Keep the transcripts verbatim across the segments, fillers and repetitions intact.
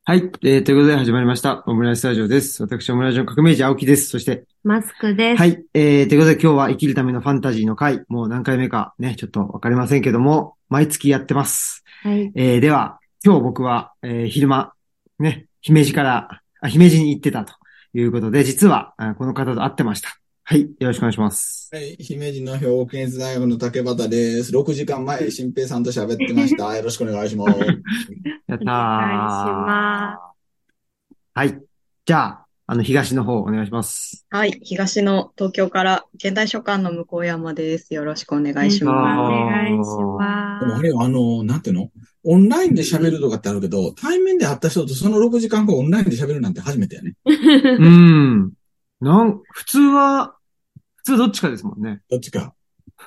はい。えー、ということで始まりました。オムライススタジオです。私、オムライスの革命児、青木です。そして、 マスクです。 はい。えー、ということで今日は生きるためのファンタジーの回、もう何回目かね、ちょっとわかりませんけども、毎月やってます。 はい。 えー、では、今日僕は、えー、昼間、ね、姫路から、あ、姫路に行ってたということで、実は、あこの方と会ってました。はい。よろしくお願いします。 はい、姫路の兵庫県立大学の竹端です。ろくじかんまえ、新平さんと喋ってました。よろしくお願いします。 やったお願いしまー。はい。じゃあ、あの、東の方お願いします。 はい。東の東京から現代書館の向山です。よろしくお願す。 いよろしくおします。 願いしあでもあます。 れよ、あの、なんていうのオンラインで喋るとかってあるけど、対面で会った人とそのろくじかんごオンラインで喋るなんて初めてやね。 ー。うん。なん、普通は、普通どっちかですもんね。 どっちか。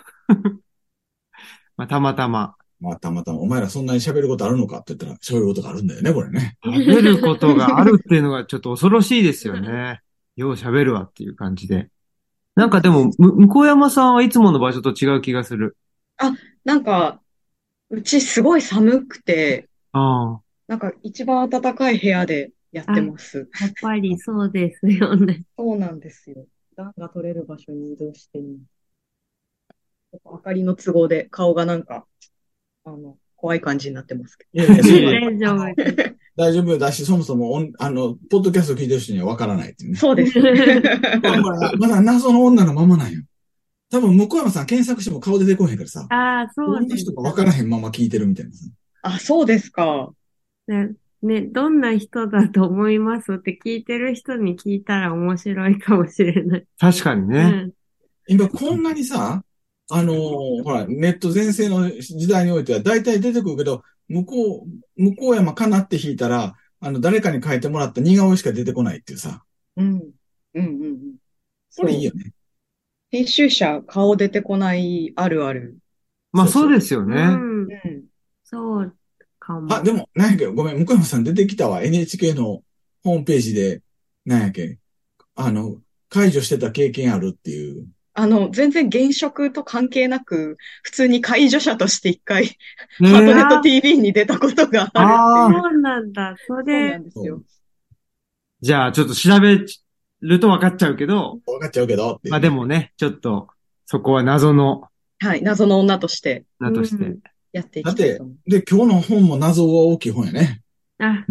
まあ、たまたま。 まあ、たまたま、お前らそんなに喋ることあるのかって言ったら、喋ることがあるんだよね、これね。 喋ることがあるっていうのがちょっと恐ろしいですよね。よう喋るわっていう感じで。なんかでも、む、向山さんはいつもの場所と違う気がする。 あ、なんか、うちすごい寒くて、 ああ。 なんか一番暖かい部屋でやってあ、 ます。 やっぱりそうですよね。 そうなんですよ。暖が取れる場所に移動しています。やっぱ明かりの都合で顔がなんか、あの、怖い感じになってますけいやいや、それは、 大丈あの、 夫です。 ど。 大丈夫だし、そもそもオン、あの、ポッドキャスト聞いてる人にはわからないっていうね。 そうです。 まあ、ほら、まだ謎の女のままなんよ。多分、向山さん検索しても顔出てこへんからさ。 ああ、そどんなうです人か分からへんまま聞いてるみたいなさ。 あ、そうですか。 ね。ね、どんな人だと思いますって聞いてる人に聞いたら面白いかもしれない。 確かにね。 うん。 今こんなにさ、あのーほら、ネット全盛の時代においては大体出てくるけど、向こう、向こう山かなって引いたら、あの、誰かに書いてもらった似顔絵しか出てこないっていうさ。 うん。うんうんうん。そう。 これいいよね。 編集者顔出てこないあるある。 まあそうそう。 そうですようね。 ん。 うん。 そうかあ、 も。 でも、なんやっけ、ごめん、向山さん出てきたわ。エヌエイチケー のホームページで、なんやっけ、あの、解除してた経験あるっていう。 あの、全然現職と関係なく、普通に介助者として一回、 ねハートネットあ、 ティーブイ に出たことがあるってああ。 いう。 そうなんだ。そそうなれ、 んですよ。 そう。 じゃあ、ちょっと調べると分かっちゃうけど、 分かっちゃうけどっていまあうね。 でもね、ちょっと、そこは謎の、 はい。謎の女としてなとして。 うん。 やっていだって、 きたいと思います。 で、今日の本も謎が大きい本やね。 あ、 うん。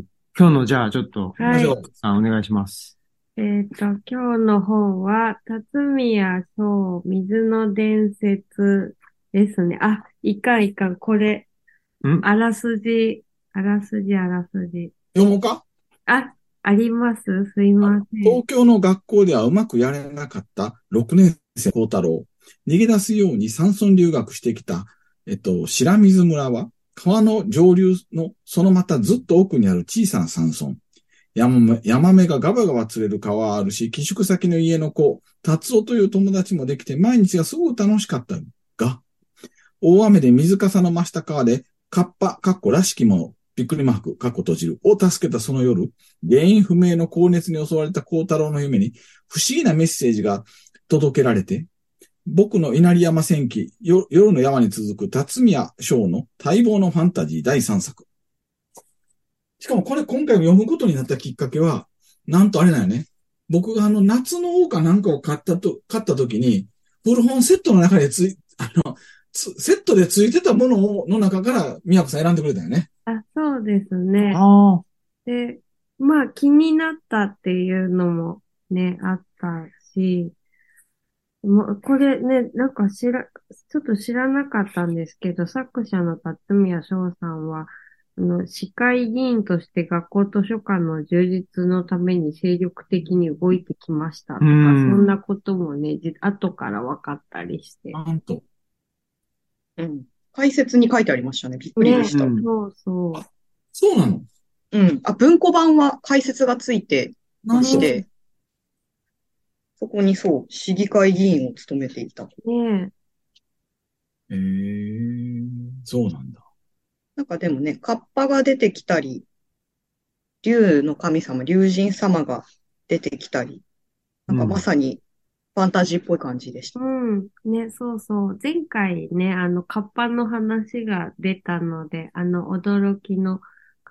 今日のじゃあちょっと、 はい。 行きましょう。 さんお願いします。 えっと、今日の本は、辰宮翔水の伝説ですね。あ、いかんいかん。これ、 んあらすじ、あらすじ、あらすじ。 読もうか。 あ、ありますすいあの、 ません。 東京の学校ではうまくやれなかったろくねん生幸太郎。逃げ出すように山村留学してきた、えっと、白水村は、川の上流のそのまたずっと奥にある小さな山村。山目山目がガバガバ釣れる川はあるし、寄宿先の家の子、達夫という友達もできて、毎日がすごく楽しかったが、大雨で水かさの増した川で、カッパ、カッコらしきもの、びっくりマーク、カッコ閉じる、を助けたその夜、原因不明の高熱に襲われた孝太郎の夢に、不思議なメッセージが届けられて、僕の稲荷山戦記、夜の山に続く辰宮翔の待望のファンタジーだいさんさく。しかもこれ今回読むことになったきっかけは、なんとあれだよね。僕があの夏の王かなんかを買ったと、買った時に、古本セットの中でつい、あの、セットでついてたものの中から宮子さん選んでくれたよね。 あ、そうですね。 ああ。 で、まあ気になったっていうのもね、あったし、もうこれね、なんか知ら、ちょっと知らなかったんですけど、作者の辰宮翔さんは、あの、市会議員として学校図書館の充実のために精力的に動いてきましたうとか、そんん。 なこともね、じ後から分かったりして。 なんと。 うん。解説に書いてありましたね。びっくりでね、 した。 うん。 そうそあ、そうなの。 うん。あ、文庫版は解説がついてなるほど。 まして、そこにそう、市議会議員を務めていた。 う。ねええ、そうなんだ。 なんかでもね、カッパが出てきたり、竜の神様、竜神様が出てきたり、なんかまうん。 さにファンタジーっぽい感じでしうた。 ん。ね、そうそう。前回ね、あの、カッパの話が出たので、あの、驚きの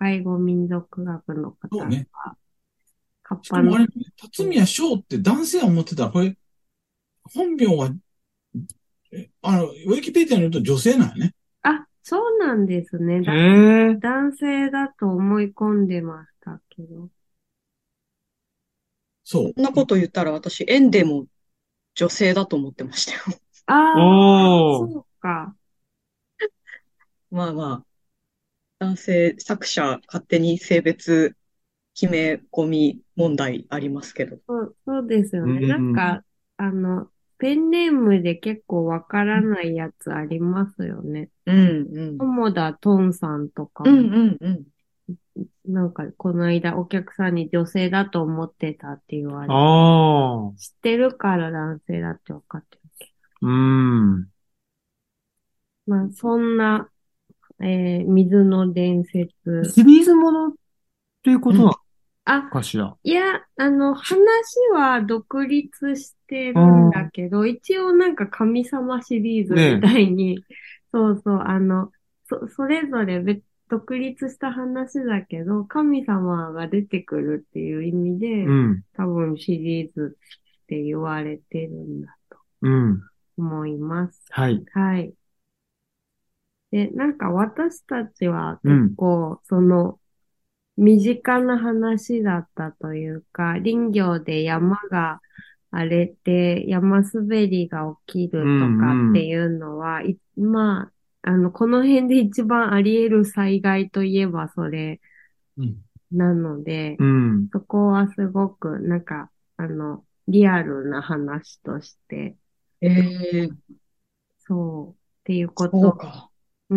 介護民族学の方が、 そうね。 カッパの、 しかもあれ、辰宮翔って男性は思ってたら、これ、本名は、えあの、ウィキペディアによると女性なんよね。 あ、そうなんですね。 へだえ。 男性だと思い込んでましたけど。 そう。 そんなこと言ったら私、エンデも女性だと思ってましたよ。 ああ、 おー。 そうか。 まあまあ、男性作者勝手に性別決め込み問題ありますけど。 そう、そうですようね。なんん。 か、あの、ペンネームで結構わからないやつありますよね。 うんうん。 友田トンさんとかうんも、 うんうん。 なんかこの間お客さんに女性だと思ってたって言われて、 ああ。 知ってるから男性だって分かってるけうん。 ど。まあ、そんな、えー水の伝説。 シリーズものっていうことなのあ、 かしら。 いや、あの、話は独立してるんだああ。 けど、一応なんか神様シリーズみねたいに、そうそう、あの、そ、それぞれ別、独立した話だけど、神様が出てくるっていう意味え。 で、 うん。 多分シリーズって言われてるんだとうん。 思います。 はい。 はい。で、なんか私たちは結うん。 構、その、身近な話だったというか、林業で山が荒れて山滑りが起きうるとかっん。うん。 ていうのは、いまあ、あの、この辺で一番あり得る災害といえばそれうん。 なので、 うん。 そこはすごくなんか、あの、リアルな話として、 ええ、 そう、っていうことが、 そうか。 うん、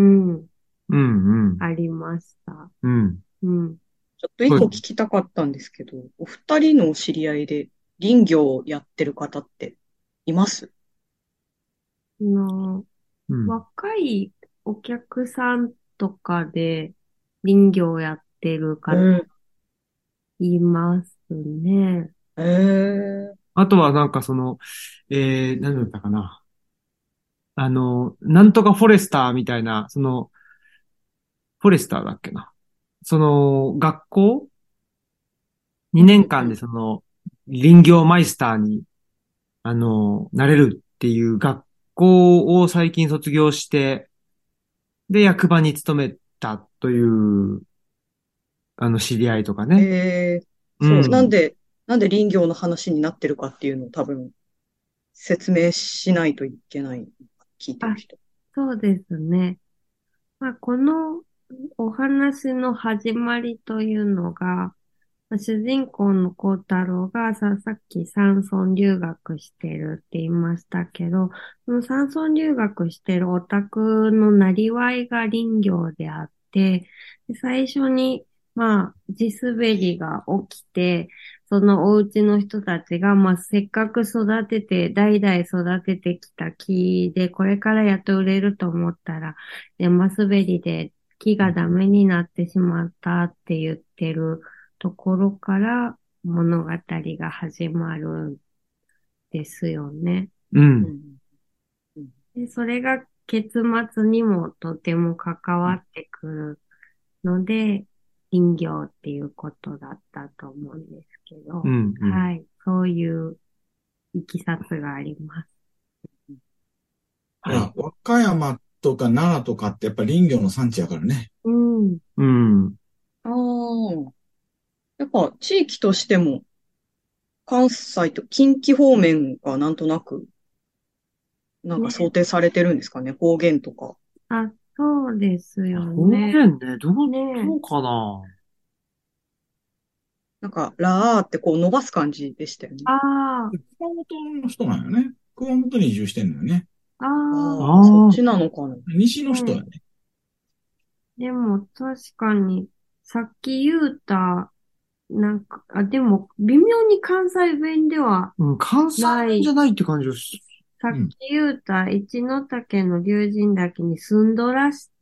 うん。うん。 ありました。 うん。 うん。 ちょっと一個聞きたかったんですけど、お二人のお知り合いで林業をやってる方っています？ あの、 うん。 若いお客さんとかで林業をやってる方えいますね。 えええ、 あとはなんかその、えー、何だったかな。あの、なんとかフォレスターみたいな、その、フォレスターだっけな。その、学校 ?に 年間でその、林業マイスターに、あの、なれるっていう学校を最近卒業して、で、役場に勤めたという、あの、知り合いとかね。 ええ、そう、なんうん。 で、なんで林業の話になってるかっていうのを多分説明しないといけない。聞いてるあ、 人。 そうですね。まあ、このお話の始まりというのが、まあ主人公の幸太郎がさ、さっき山村留学してるって言いましたけど、その山村留学してるお宅のなりわいが林業であって、で最初に、まあ、地滑りが起きて、そのお家の人たちが、まあ、せっかく育てて、代々育ててきた木で、これからやっと売れると思ったら、山滑りで木がダメになってしまったって言ってるところから物語が始まるんですよね。 うん。 うん。うん。 で、それが結末にもとても関わってくるので、林業っていうことだったと思うんですけど、 うん。うん。 はい、そういういきさつがあります。 はい。 ほら、和歌山とか奈良とかってやっぱり林業の産地やからね。 うん、 うん。 ああ、やっぱ地域としても関西と近畿方面がなんとなくなんか想ね。 定されてるんですかね。方言とか。 あ、そうですよ方ね。 言ね、どう、 ね。 どうかな。 なんか、ラーってこう伸ばす感じでしたよね。 ああ、 熊本の人なんよね。熊本に移住してんのよね。 ああ、 ああ、そっああ、 ちなのかな。 西の人やね。 ね。 でも確かに、さっき言うた、なんか、あ、でも、微妙に関西弁ではうん、関西ない。 弁じゃないって感じです。 さっうん。 き言うた、一ノ岳の竜神岳に住んどらして、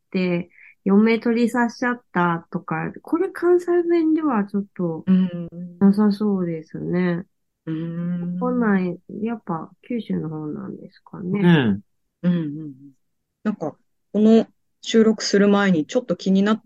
嫁取りさしちゃったとか、これ関西弁ではちょっとうーん。 なさそうですね。 うーん。 こない、やっぱ九州の方なんですかね。 ねうんうんうん。なんか、この収録する前にちょっと気になって、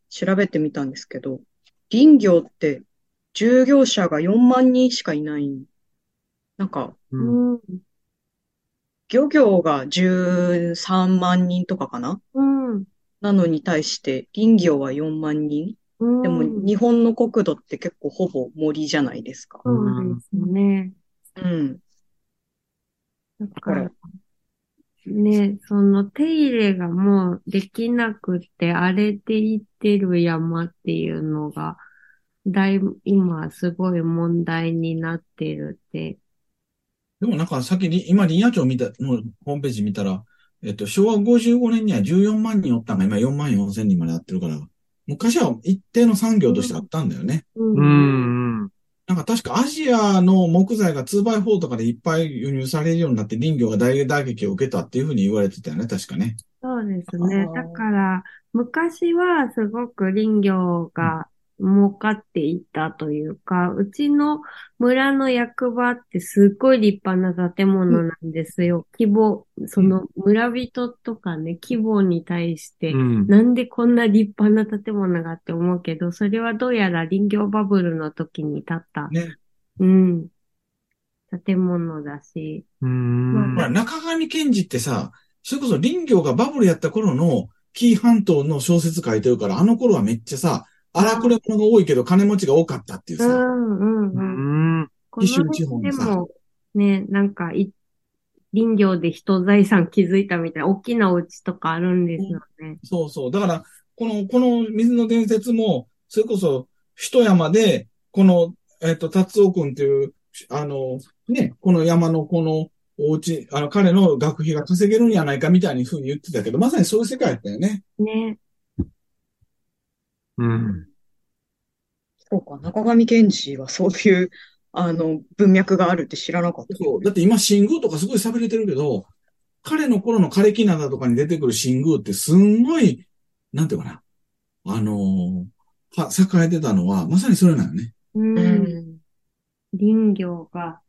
調べてみたんですけど、林業って従業者がよんまん人しかいない。なんか、 うん。 うん。 漁業がじゅうさんまん人とかかなうん。 なのに対して林業はよんまん人。 うでもん。 日本の国土って結構ほぼ森じゃないですか。 うそうでん。 すね。 うん。 だから、 だから、 ね、その手入れがもうできなくて荒れていってる山っていうのが、だいぶ今すごい問題になってるって。 でもなんか先に、今林野庁見た、のホームページ見たら、えっと、昭和ごじゅうごねんにはじゅうよんまん人おったんが今よんまんよんせん人までなってるから、昔は一定の産業としてあったんだよね。 ううん。 ん。うん。 なんか確かアジアの木材が ツーバイフォー とかでいっぱい輸入されるようになって林業が大打撃を受けたっていうふうに言われてたよね、確かね。 そうですあね。だあ、 から、昔はすごく林業うん。 が儲かっていたというか、うちの村の役場ってすっごい立派な建物なんですよ。規模、そうん。 の村人とかね、規模に対して、 うん。 なんでこんな立派な建物がって思うけど、それはどうやら林業バブルの時に建った、 ね。 うん、建物だし、 うまあ、 ん。 ほら、 だ、 中上健治ってさ、それこそ林業がバブルやった頃の紀伊半島の小説書いてるから、あの頃はめっちゃさ、荒くれあ、 者が多いけど金持ちが多かったっていううさ、 ん、ううん、うん。 ん。 こ紀州地の辺方のさ、 でも、ね、なんかい、林業で人財産築いたみたいな、大きなお家とかあるんですよね。 そうそう。だから、この、この水の伝説も、それこそ、一山で、この、えっと、達夫君っていう、あの、ね、この山のこのお家、あの、彼の学費が稼げるんやないかみたいにふうに言ってたけど、まさにそういう世界だったよね。 ね。 うん。 そうか、中上健治はそういう、あの、文脈があるって知らなかったですそう。だね。 って今、新宮とかすごい喋れてるけど、彼の頃の枯れ木灘とかに出てくる新宮ってすんごい、なんていうかな、あのーは、栄えてたのは、まさにそれなのね。 ううん。 ん。 林業が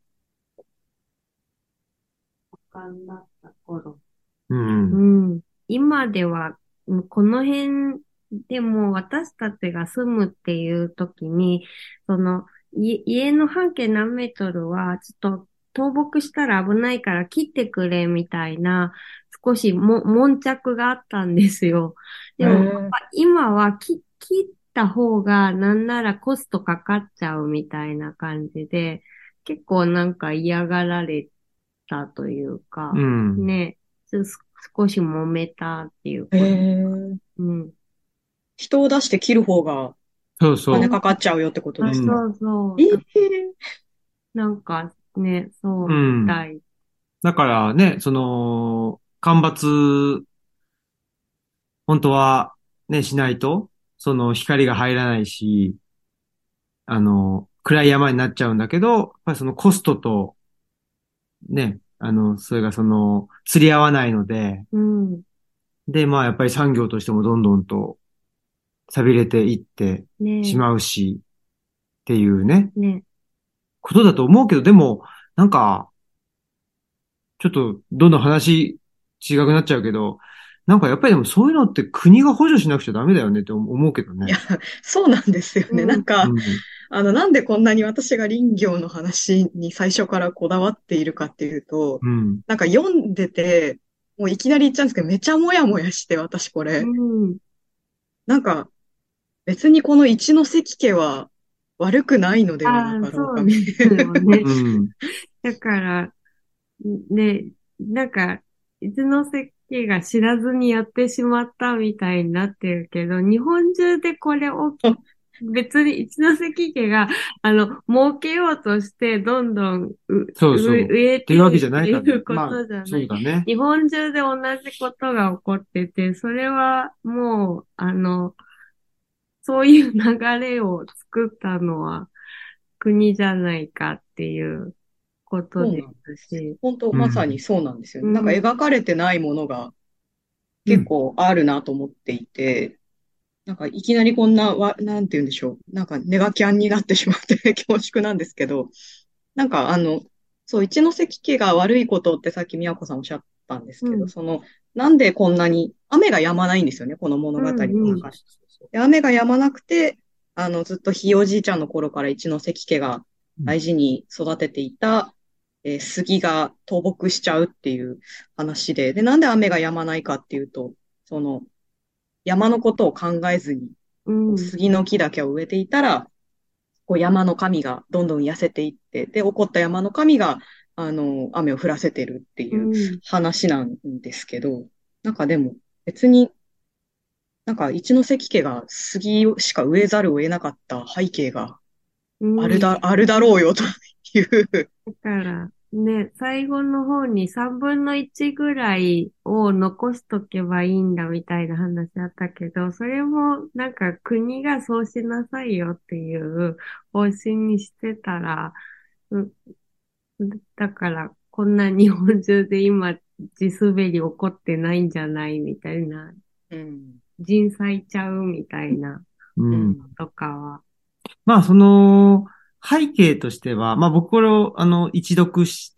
盛んだった頃。 ううん。 ん。今では、うんこの辺でも私たちが住むっていう時に、その、い家の半径何メートルは、ちょっと倒木したら危ないから切ってくれみたいな、少しも、悶着があったんですよ。でも、やっへえ。 ぱ今はき切った方がなんならコストかかっちゃうみたいな感じで、結構なんか嫌がられたといううか、 ん。 ね、ちょ少し揉めたっていうへこと。 え。 うん。 人を出して切る方がそうお金そかかっちゃうよってことあ、 ですか？ そうそう。 ええ。 だなんかね、そう。ううみん。 たい。 だからね、その、干ばつ、本当はね、しないと、その光が入らないし、あの、暗い山になっちゃうんだけど、やっぱりそのコストとね、あの、それがその、釣り合わないので、 うん。 で、まあやっぱり産業としてもどんどんと錆びれていってしねまうし、っていうね、 え、ねことだと思うけど、でも、なんか、ちょっと、どんどん話違くなっちゃうけど、なんかやっぱりでもそういうのって国が補助しなくちゃダメだよねって思うけどいや、 ね。 そうなんですようね。なんん。 か、 うん。 あの、なんでこんなに私が林業の話に最初からこだわっているかっていうと、 うん。 なんか読んでて、もういきなり言っちゃうんですけど、めちゃもやもやして、私こうれ。 ん。 なんか、別にこの一ノ関家は悪くないのではなああ、 かろうか、 そうみですよね。 うん。 だから、ね、なんか、一ノ関が知らずにやってしまったみたいになってるけど、日本中でこれをき、別に一ノ関家が、あの、儲けようとして、どんどんう、う、 そうそう。っ植えていうわけてるってじゃないからね。 いうこまあ、 とじゃない。 そうだね。 日本中で同じことが起こってて、それはもう、あの、そういう流れを作ったのは国じゃないかっていうことでそうなんすし、 本当、まさにうん。 そうなんですよね。なんかうん、 描かれてないものが結うん。 構あるなと思っていて、なんかいきなりこんな、わ、なんて言うんでしょう。なんかネガキャンになってしまって恐縮なんですけど、なんかあの、そう、一ノ関家が悪いことってさっき宮子さんおっしゃったんですけど、 うん、 その、 なんでこんなに、雨が止まないんですよね、この物語の中で。で雨が止まなくて、あの、ずっとひいおじいちゃんの頃から一ノ関家が大事に育てていた、えー杉が倒木しちゃうっていう話で、で、なんで雨が止まないかっていうと、その、山のことを考えずに、 うん。 杉の木だけを植えていたら、こう山の神がどんどん痩せていって、で、起こった山の神が、あの、雨を降らせてるってう。 いうん話なんですけど、なんかでも別になんか一ノ関家が杉しか植えざるを得なかった背景がうん。 あるだ、あるだろうよという。 だから、ね、最後の方にさんぶんのいちぐらいを残しとけばいいんだみたいな話あったけど、それもなんか国がそうしなさいよっていう方針にしてたら、うだからこんな日本中で今地滑り起こってないんじゃないみたいな、 うん。 人災ちゃうみたいなう。 うんん。 とかは。 まあ、その、背景としては、まあ僕これを、あの、一読して、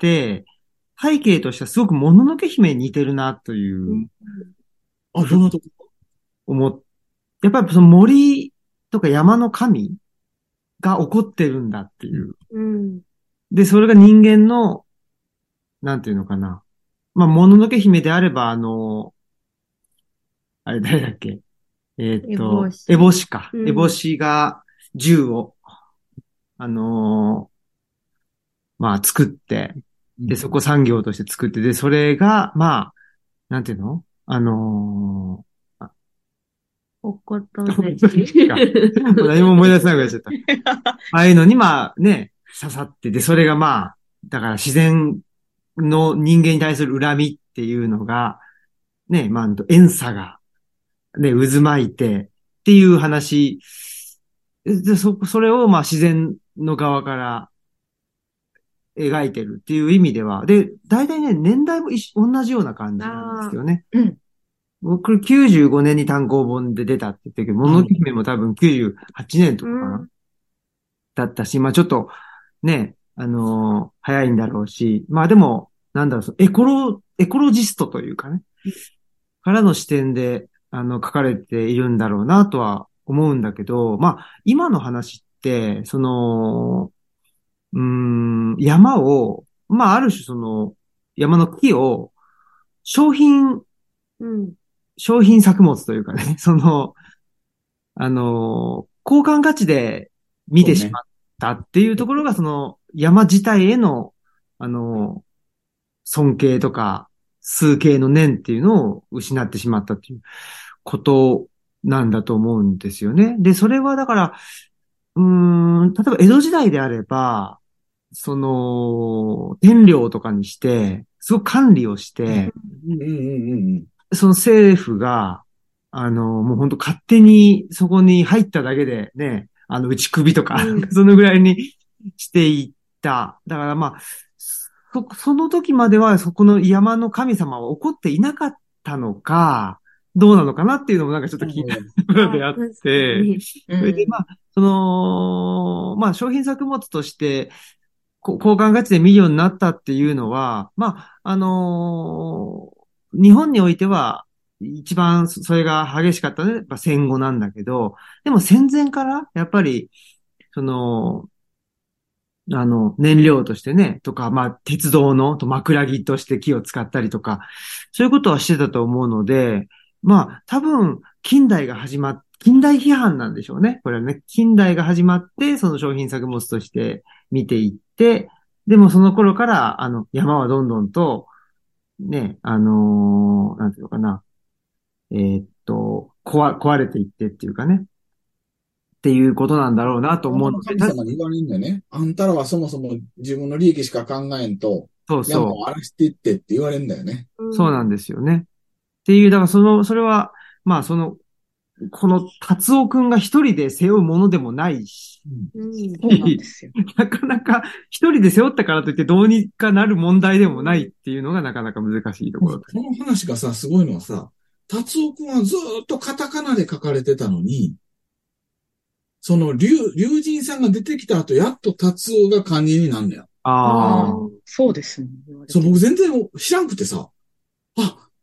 背景としてはすごくもののけ姫に似てるなというう、 ん。 あ、どんなとこ思っ、やっぱりその森とか山の神が起こってるんだっていう。 うん。 で、それが人間の、なんていうのかな。まあ、もののけ姫であれば、あの、あれ誰だっけえーっエボと、 シ。 エボシか。 うんエボシが銃を、あのーまあ、作って、で、そこ産業として作って、で、それが、まあ、なんていうのあのー、あ、 おことそうね。 か。もう何も思い出せなくなっちゃった。ああいうのに、まあね、刺さって、で、それがまあ、だから自然の人間に対する恨みっていうのが、ね、まあ、怨嗟が、ね、渦巻いて、っていう話。で、そ、それをまあ自然の側から描いてるっていう意味では、で、大体ね、年代も一緒同じような感じなんですよね。 うん。 僕、これきゅうじゅうごねんに単行本で出たって言ってるけど、もののけ姫も多分きゅうじゅうはちねんとうかかな、 ん。 だったし、まあちょっと、ね、あのー早いんだろうし、まあでも、なんだろう、そのエコロ、エコロジストというかね、からの視点で、あの、書かれているんだろうなとは思うんだけど、まあ、今の話って、その、うーん、山を、まあ、ある種その、山の木を、商品、 うん。 商品作物というかね、その、あの、交換価値で見てしまったっていうところが、その、山自体への、あの、尊敬とか、崇敬の念っていうのを失ってしまったっていうことなんだと思うんですよね。で、それはだから、うーん、例えば江戸時代であれば、その、天領とかにして、すごく管理をしうんて、 うんうんうんうん。 その政府が、あの、もう本当勝手にそこに入っただけでね、あの、打ち首とか、 うんそのぐらいにしていった。だからまあ、そ、その時まではそこの山の神様は怒っていなかったのか、どうなのかなっていうのもなんかちょっと気になるところであっ確かて、 に。 それでまあ、その、まあ商品作物としてこ交換価値で見るようになったっていうのは、まあ、あのー日本においては一番そそれが激しかったのはやっぱ戦後なんだけど、でも戦前からやっぱり、その、あの、燃料としてね、とか、まあ、鉄道のと枕木として木を使ったりとか、そういうことはしてたと思うので、まあ、多分、近代が始まっ、近代批判なんでしょうね。これはね、近代が始まって、その商品作物として見ていって、でもその頃から、あの、山はどんどんと、ね、あのーなんていうのかな、えーっと、壊、壊れていってっていうかね、っていうことなんだろうなと思うので、 山の神た様に言われるんだよね。あんたらはそもそも自分の利益しか考えんと、 そう山そう。 を荒らしていってって言われるんだよね。 そうなんですよね。っていう、だからその、それは、まあその、この達夫くんが一人で背負うものでもないし、 うん。 そうなんですよ。 なかなか一人で背負ったからといってどうにかなる問題でもないっていうのがなかなか難しいところ。 この話がさ、すごいのはさ、達夫くんはずーっとカタカナで書かれてたのに、その竜、竜神さんが出てきた後、やっと達夫が漢字になるんだよ。 ああ、 そうですね。言われてそう、僕全然知らんくてさ、あ、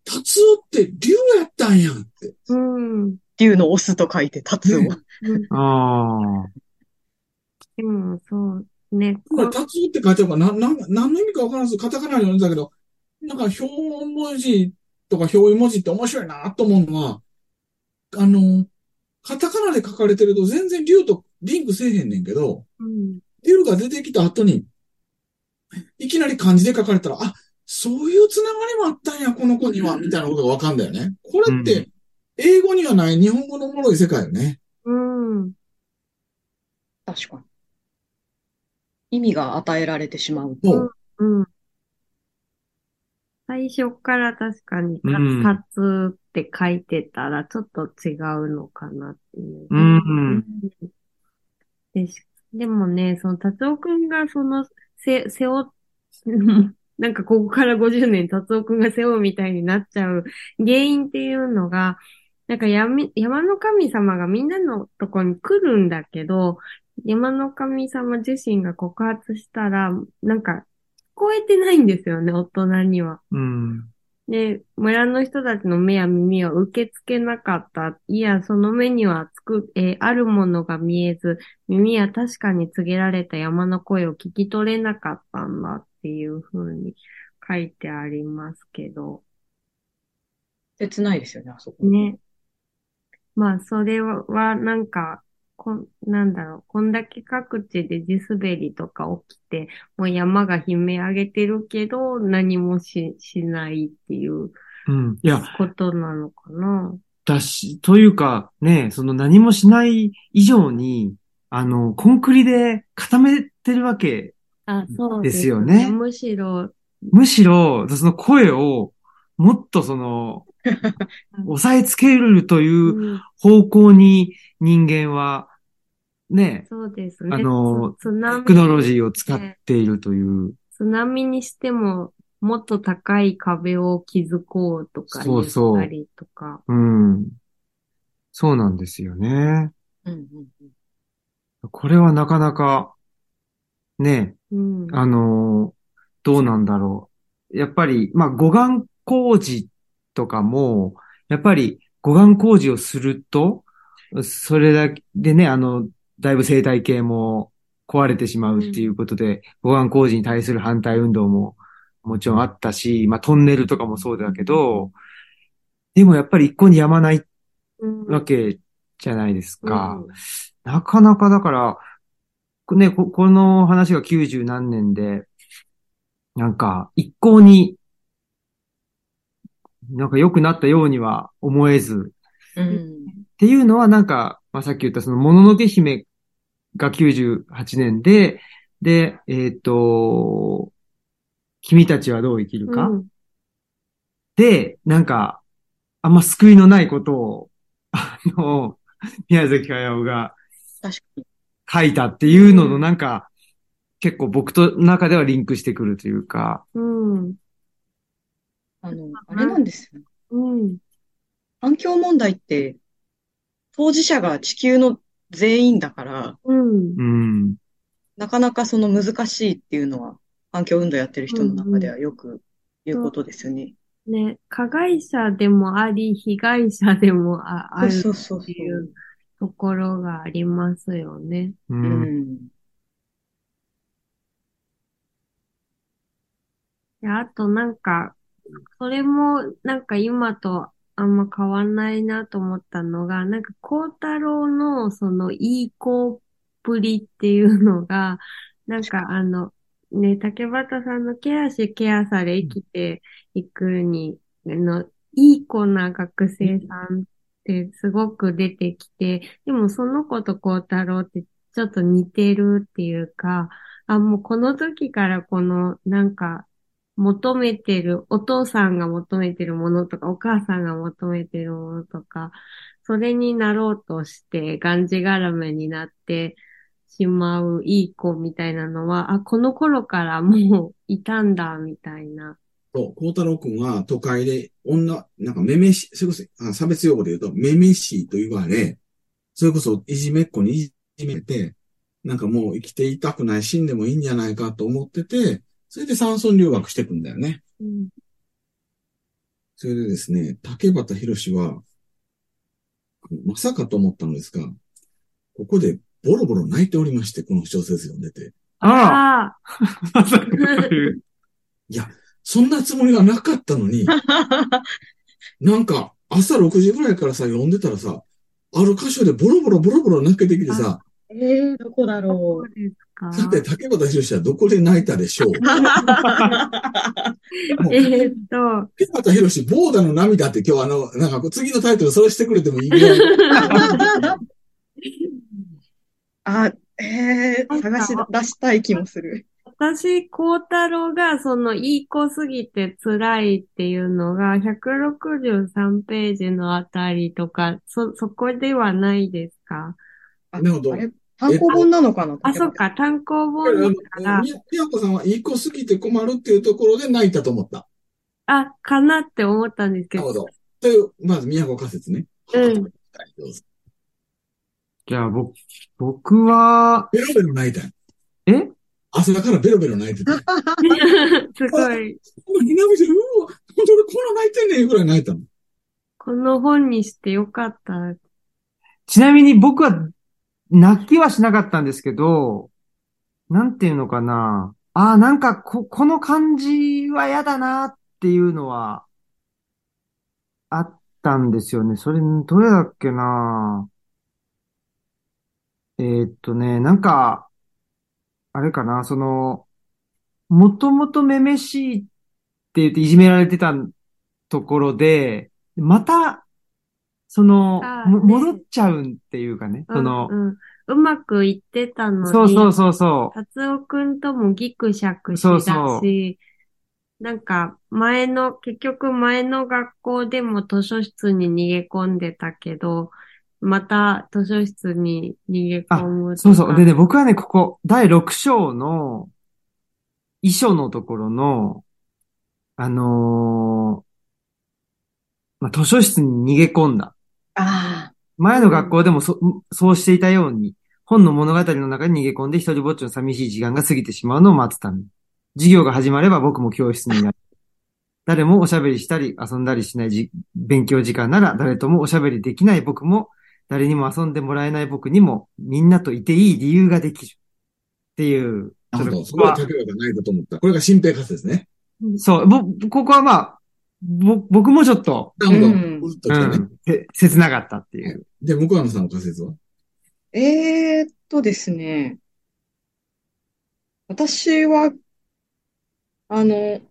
達夫って竜やったんやって。 うん。 竜のオスと書いて達夫。 ああ。 でも、そうね。 これ、達夫って書いてあるから、な、な、何の意味かわからんす。カタカナに読んだけど、なんか表文字とか表意文字って面白いなと思うのは、あの、カタカナで書かれてると全然竜とリンクせえへんねんけど、 うん、 竜が出てきた後に、いきなり漢字で書かれたら、あ、そういうつながりもあったんや、この子には、みたいなことがわかんだよね。これって、英語にはない日本語のおもろい世界よね。 うん。 確かに。意味が与えられてしまう。 そう。 うん。最初から確かに、 うん。 たつって書いてたら、ちょっと違うのかなっていう。 うん。 でしでもね、その達夫くんがその、せ、背負っ、なんかここからごじゅうねん達夫くんが背負うみたいになっちゃう原因っていうのが、なんか山、山の神様がみんなのとこに来るんだけど、山の神様自身が告発したら、なんか聞こえてないんですよね、大人には。 うん。 で、村の人たちの目や耳は受け付けなかった。いや、その目にはつく、えーあるものが見えず、耳は確かに告げられた山の声を聞き取れなかったんだっていう風に書いてありますけど。 切ないですよね、あそこ。 ね。まあ、それは、はなんか、こん、なんだろう、こんだけ各地で地滑りとか起きて、もう山が悲鳴上げてるけど、何もし、しないっていううん。いや、 ことなのかな。 だし、というか、ね、その何もしない以上に、あの、コンクリで固めてるわけあ、そうでですね。 すよね。 むしろ、 むしろ、その声を、もっとその、抑えつけるといううん、 方向に人間は、ね、 そうですあね。 の、 つ、津波テクノロジーを使っね、 ているという。 津波にしても、もっと高い壁を築こうとかそう言ったそりとか。 う。うん。そうなんですよね。 うんうんうん。 これはなかなか、ね、 うん。 あの、どうなんだろう。やっぱり、まあ、護岸工事とかも、やっぱり護岸工事をすると、それだけでね、あの、だいぶ生態系も壊れてしまうっていうことで、護岸工事に対する反対運動ももちろんあったし、まあ、トンネルとかもそうだけど、でもやっぱり一向にやまないうん。 わけじゃないですうか。 ん。 なかなかだから、ね、こ、この話がきゅうじゅう何年で、なんか、一向になんか良くなったようには思えず、 うん。 っていうのはなんか、まあ、さっき言ったその、もののけ姫がきゅうじゅうはちねんで、で、えっと、君たちはどう生きるかうん。 で、なんか、あんま救いのないことを、あの、宮崎駿が確かに。 書いたってういうののん。 なんか、結構僕と中ではリンクしてくるというか、 うん。 あの、あれなんですよね。 うん。 環境問題って、当事者が地球の全員だから、 うん。 うん、 なかなかその難しいっていうのは、環境運動やってるう人の中でん。 はよく言うことですよね。 ね、加害者でもあり、被害者でもあ、あるそうそうそうってそう。 いうところがありますよね。 ううん、 ん。 で、あとなんか、それもなんか今とあんま変わんないなと思ったのが、なんか孝太郎のそのいい子っぷりっていうのが、なんかあの、ね、竹俣さんのケアしケアされ生きていくに、あの、いい子な学生さんってすごく出てきて、でもその子と孝太郎ってちょっと似てるっていうか、あ、もうこの時からこのなんか求めてる、お父さんが求めてるものとか、お母さんが求めてるものとか、それになろうとして、がんじがらめになってしまういい子みたいなのは、あ、この頃からもういたんだ、みたいな。 そう、孝太郎くんは都会で女、なんかめめし、それこそ、あ差別用語で言うと、めめしいと言われ、それこそいじめっ子にいじめて、なんかもう生きていたくない、死んでもいいんじゃないかと思ってて、それで山村留学してくんだよね。 うん、 それでですね、竹俣宏は、まさかと思ったのですが、ここでボロボロ泣いておりまして、この小説読んでて。 ああ、 ああ、 まさかという。 いや、そんなつもりはなかったのに、なんか朝ろくじぐらいからさ、読んでたらさ、ある箇所でボロボロボロボロ泣けてきてさ、 えー、どこだそろうですか。 さて、竹俣宏はどこで泣いたでしょう。 う。 もうえーっと、 竹俣宏、ボーダの涙って今日あの、なんか次のタイトルそれしてくれてもいいぐらい。 あ、えー、探し出したい気もする。 私、孝太郎がそのいい子すぎて辛いっていうのがひゃくろくじゅうさんページのあたりとか、そ、そこではないですか？ あ、 なるほどあれ、単行本なのかな、 あ、そっか、単行本だあのから、 みやこさんはいい子すぎて困るっていうところで泣いたと思った。 あ、かなって思ったんですけど、 なるほど。という、まず宮古仮説ね。 うん。 どうぞじゃあ、僕、僕は、 ベロベロ泣いたよ。 え朝からベロベロ泣いてたよ。 すごい。 もうひなみちゃん、うわ、本当にこんな泣いてんねんぐらい泣いたの。 この本にしてよかった。 ちなみに僕は泣きはしなかったんですけど、なんていうのかな。ああ、なんかこ、この感じは嫌だなっていうのはあったんですよね。それ、どれだっけな。えーっとね、なんか、あれかな、その、もともとめめしいって言っていじめられてたところで、また、その、もあね戻っちゃうっていうかね、 うんその、 うん。うまくいってたのそうそうに、 そうそ達夫くんともギクシャクう、 しそうだそう、 し、なんか前の、結局前の学校でも図書室に逃げ込んでたけど、また図書室に逃げ込あ、 むとそうそう。でか。 ね、僕はね、ここ、だいろく章の遺書のところの、あのーまあ、図書室に逃げ込んだ。 あ前の学校でもそ、そうしていたように、本の物語の中に逃げ込んで一人ぼっちの寂しい時間が過ぎてしまうのを待つため。授業が始まれば僕も教室になる。誰もおしゃべりしたり遊んだりしないじ勉強時間なら誰ともおしゃべりできない僕も、誰にも遊んでもらえない僕にも、みんなといていい理由ができる。っていう、 なるほど。 ちょっとここは、 それは竹俣泣いたと思った。これが新平仮説ね。 そう、ぼ、ここはまあ、ぼ、僕もちょっと、 なるほど。 うんうっとうきたね。 ん、せ切なかったっていはい。 う。 で、向山さんの仮説はあ、えーっとですね。私は、あの、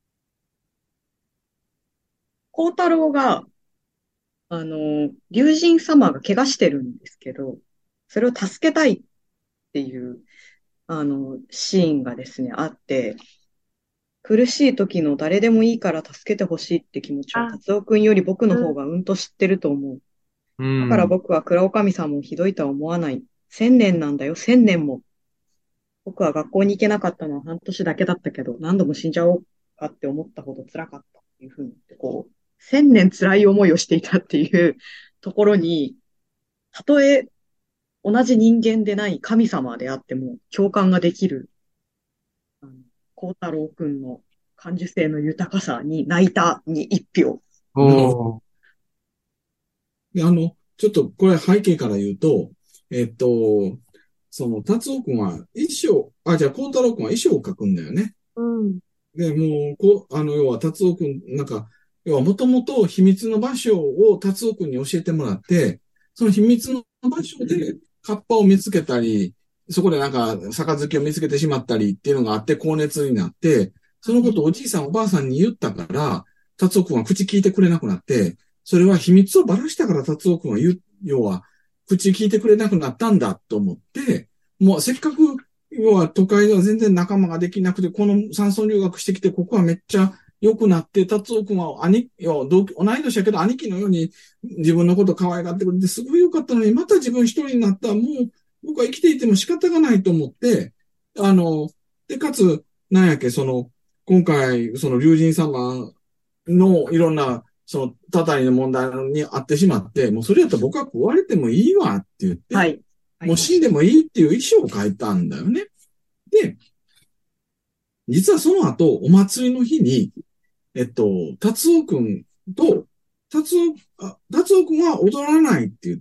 孝太郎が、あの、龍神様が怪我してるんですけど、それを助けたいっていう、あの、シーンがですね、あって、苦しい時の誰でもいいから助けてほしいって気持ちは、 あ、 達夫くんより僕のうん、 方がうんと知ってると思う。 うだからん。 僕は倉尾神さんもひどいとは思わない。千年なんだよ、千年も。僕は学校に行けなかったのは半年だけだったけど、何度も死んじゃおうかって思ったほど辛かったっていうふうに、こう、千年辛い思いをしていたっていうところに、たとえ同じ人間でない神様であっても共感ができる、あの、孝太郎くんの感受性の豊かさに泣いたに一票。 おー。 で、あの、ちょっとこれ背景から言うと、えっと、その、達夫くんは衣装、あ、じゃあ、孝太郎くんは衣装を描くんだよね。 うん、 で、もう、こう、あの、要は、達夫くん、なんか、要は、もともと秘密の場所を達夫くんに教えてもらって、その秘密の場所で、カッパを見つけたり、そこでなんか、杯を見つけてしまったりっていうのがあって、高熱になって、そのことをおじいさんおばあさんに言ったから、達夫くんは口聞いてくれなくなって、それは秘密をばらしたから達夫くんは言う、要は、口聞いてくれなくなったんだと思って、もうせっかく、要は都会では全然仲間ができなくて、この山村留学してきて、ここはめっちゃ良くなって、達夫くんは兄、要は同同い年だけど兄貴のように自分のこと可愛がってくれて、すごい良かったのに、また自分一人になった。もう、僕は生きていても仕方がないと思って、あの、で、かつ、なんやっけ、その、今回、その龍神様のいろんな、その、たたりの問題にあってしまって、もうそれやったら僕は食われてもいいわって言って、 はい。 もう死んでもいいっていう意思を書いたんだよね。で、実はその後、お祭りの日に、えっと、達夫くんと、達夫、あ、達夫くんは踊らないって言って、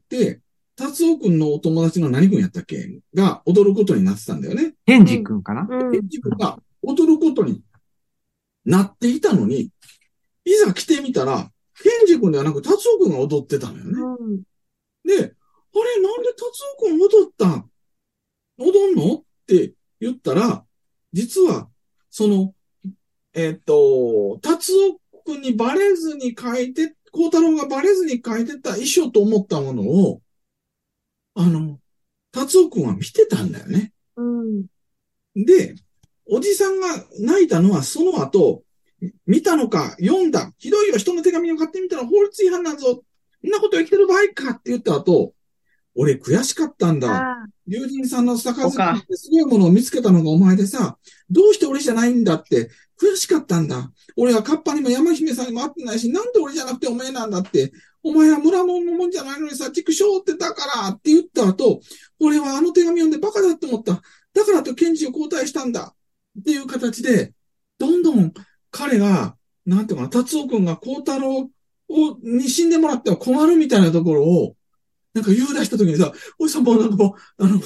達夫くんのお友達の何くんやったっけが踊ることになってたんだよね。 ケンジ君かな、 うん。 ケンジ君が踊ることになっていたのに、いざ来てみたら、ケンジ君ではなく達夫くんが踊ってたのよね。 うん。 で、あれ、なんで達夫くん踊ったん踊んのって言ったら、実は、その、えっと、達夫くんにバレずに描いて、孝太郎がバレずに描いてた衣装と思ったものを、あの、達夫くんは見てたんだよね。 うん。 で、おじさんが泣いたのはその後、見たのか、読んだ、ひどいよ、人の手紙を買ってみたら法律違反なんぞ、そんなこと生きてる場合かって言った後、俺悔しかったんだ。 あ龍神さんの杯そうかってすごいものを見つけたのがお前でさ、どうして俺じゃないんだって悔しかったんだ。俺はカッパにも山姫さんにも会ってないし、なんで俺じゃなくてお前なんだって。お前は村門のもんじゃないのにさ、畜生ってだからって言った後、俺はあの手紙読んでバカだって思った。だからと検事を交代したんだ。っていう形で、どんどん彼が、なんていうかな、達夫くんが孝太郎をに死んでもらっては困るみたいなところを、なんか言い出したときにさ、おじさんもなんかもう、あの、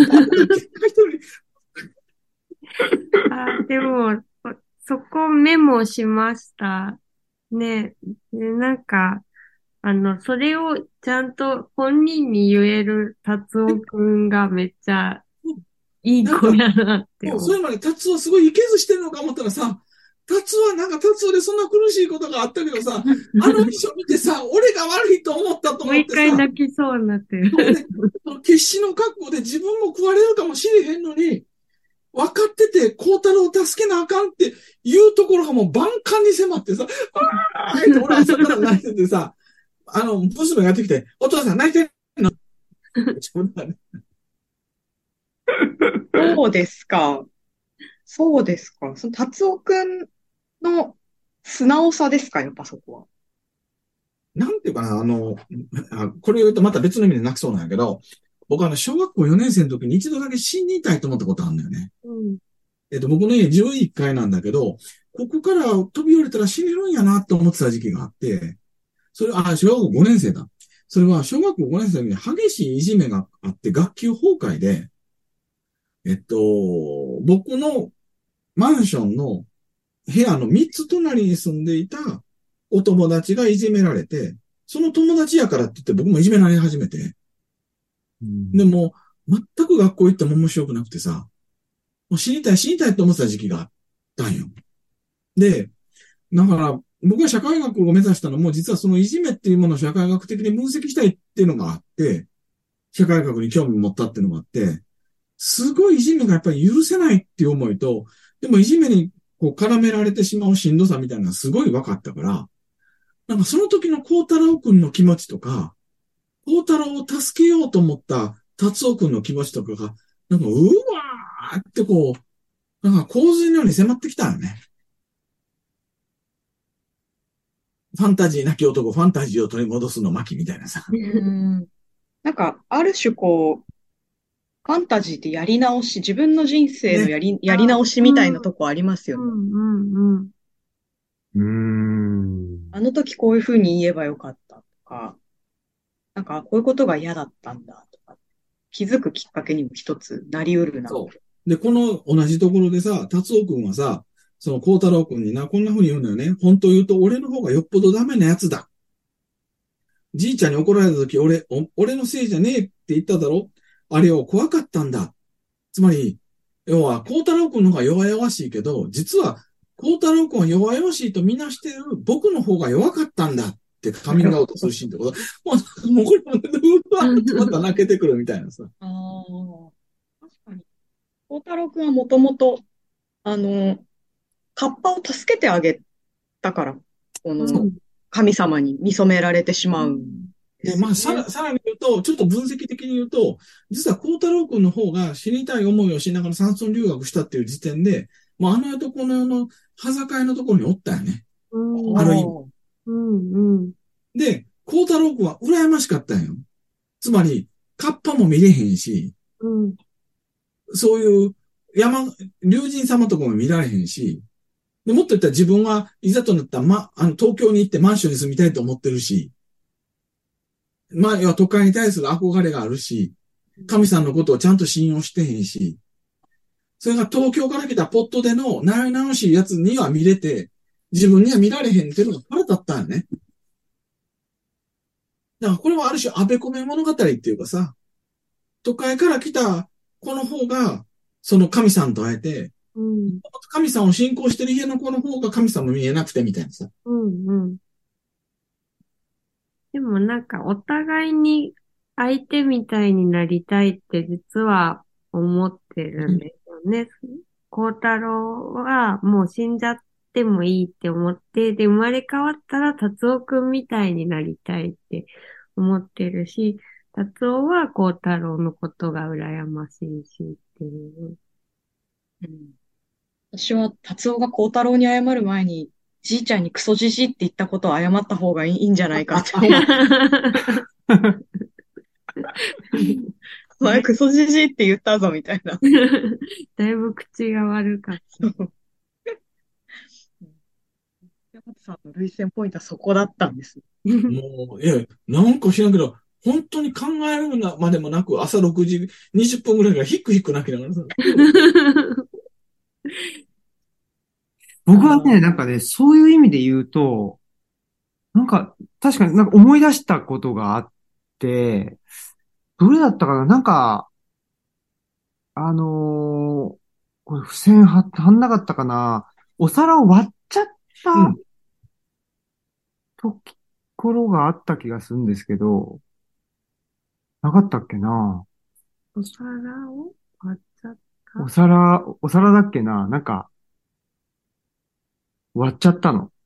あ、でも、そこメモしました。ね。で、なんか、あの、それをちゃんと本人に言える達夫くんがめっちゃいい子やなってもう思う。 それまで達夫はすごいいけずしてるのか思ったらさ、達夫はなんか達夫でそんな苦しいことがあったけどさ、あの衣装見てさ、俺が悪いと思ったともう一思ってさ、 回泣きそうになってる。 決死の覚悟で自分も食われるかもしれへんのに、分かってて、孝太郎を助けなあかんっていうところがもう万感に迫ってさ、あーって俺は朝から泣いててさ、あの、娘がやってきて、お父さん泣いてんのそうですか。そうですか。その達夫くんの素直さですか、やっぱそこは。 なんていうかな、あの、あこれを言うとまた別の意味で泣きそうなんやけど、僕あの、小学校よねん生の時に一度だけ死にたいと思ったことあるんだよね。 うん。 えっと、僕の家じゅういっかいなんだけど、ここから飛び降りたら死ねるんやなって思ってた時期があって、それ、あ、小学校ごねん生だ。それは小学校ごねん生の時に激しいいじめがあって学級崩壊で、えっと、僕のマンションの部屋のみっつ隣に住んでいたお友達がいじめられて、その友達やからって言って僕もいじめられ始めて、 うん、 でも全く学校行っても面白くなくてさ、もう死にたい死にたいって思ってた時期があったんよ。で、だから僕が社会学を目指したのも実はそのいじめっていうものを社会学的に分析したいっていうのがあって、社会学に興味を持ったっていうのがあって、すごいいじめがやっぱり許せないっていう思いと、でもいじめにこう絡められてしまうしんどさみたいなのがすごい分かったから、なんかその時の孝太郎くんの気持ちとか、孝太郎を助けようと思った達夫くんの気持ちとかが、なんかうわーってこう、なんか洪水のように迫ってきたよね。ファンタジーなき男、ファンタジーを取り戻すの巻みたいなさ。 うんなんか、ある種こう、ファンタジーってやり直し、自分の人生のやり、やり直しみたいなとこありますよね。 うんうんうん。 うーん。 あの時こういう風に言えばよかったとか、なんかこういうことが嫌だったんだとか、気づくきっかけにも一つなりうるな。 そう。で、この同じところでさ、達夫くんはさ、その孝太郎くんにな、こんな風に言うんだよね。本当言うと俺の方がよっぽどダメなやつだ。じいちゃんに怒られた時、俺、お俺のせいじゃねえって言っただろ。あれを怖かったんだ。つまり、要は、孝太郎くんの方が弱々しいけど、実は、孝太郎くんは弱々しいとみなしている僕の方が弱かったんだってカミングアウトするシーンってこと。もう、もうこれも、うわーってまた泣けてくるみたいなさ。 ああ、確かに。孝太郎くんはもともと、あの、カッパを助けてあげたから、この、神様に見初められてしまうんですで、 よね。 まあ、さら、さらに言うと、ちょっと分析的に言うと、実は孝太郎くんの方が死にたい思いをしながら山村留学したっていう時点で、まあ、あの世とこの世の端境のところにおったよね。 うん。 ある意味。 うんうん。 で、孝太郎くんは羨ましかったんよ。つまり、カッパも見れへんし、 うん。 そういう山、竜神様とかも見られへんし、 で、もっと言ったら自分はいざとなったら、ま、あの、東京に行ってマンションに住みたいと思ってるし、まあ、要は都会に対する憧れがあるし、神さんのことをちゃんと信用してへんし、それが東京から来たポットでの習い直しいやつには見れて、自分には見られへんっていうのが腹立ったんよね。だからこれはある種あべこめ物語っていうかさ、都会から来た子の方が、その神さんと会えて、 うん。 神さんを信仰してる家の子の方が神さんも見えなくてみたいなさ。 うんうん。でもなんかお互いに相手みたいになりたいって実は思ってるんですよね。孝太郎はもう死んじゃってもいいって思って、で、生まれ変わったら達夫くんみたいになりたいって思ってるし、達夫は孝太郎のことが羨ましいしっていう。 うん、私は達夫が孝太郎に謝る前に、じいちゃんにクソじじいって言ったことを謝った方がいい、いいんじゃないかって思う。お前クソじじいって言ったぞみたいな。 だいぶ口が悪かった。 山本さんの涙腺ポイントはそこだったんです。 もう、いや、なんか知らんけど、本当に考えるまでもなく、朝ろくじにじゅっぷんぐらいからヒックヒック泣きながらさ。 僕はね、なんかね、そういう意味で言うと、なんか、確かになんか思い出したことがあって、どれだったかななんか、あのーこれ付箋貼貼んなかったかなお皿を割っちゃったうん。 ところがあった気がするんですけど、なかったっけなお皿を割っちゃっおた。 皿、お皿だっけななんか、割っちゃったの。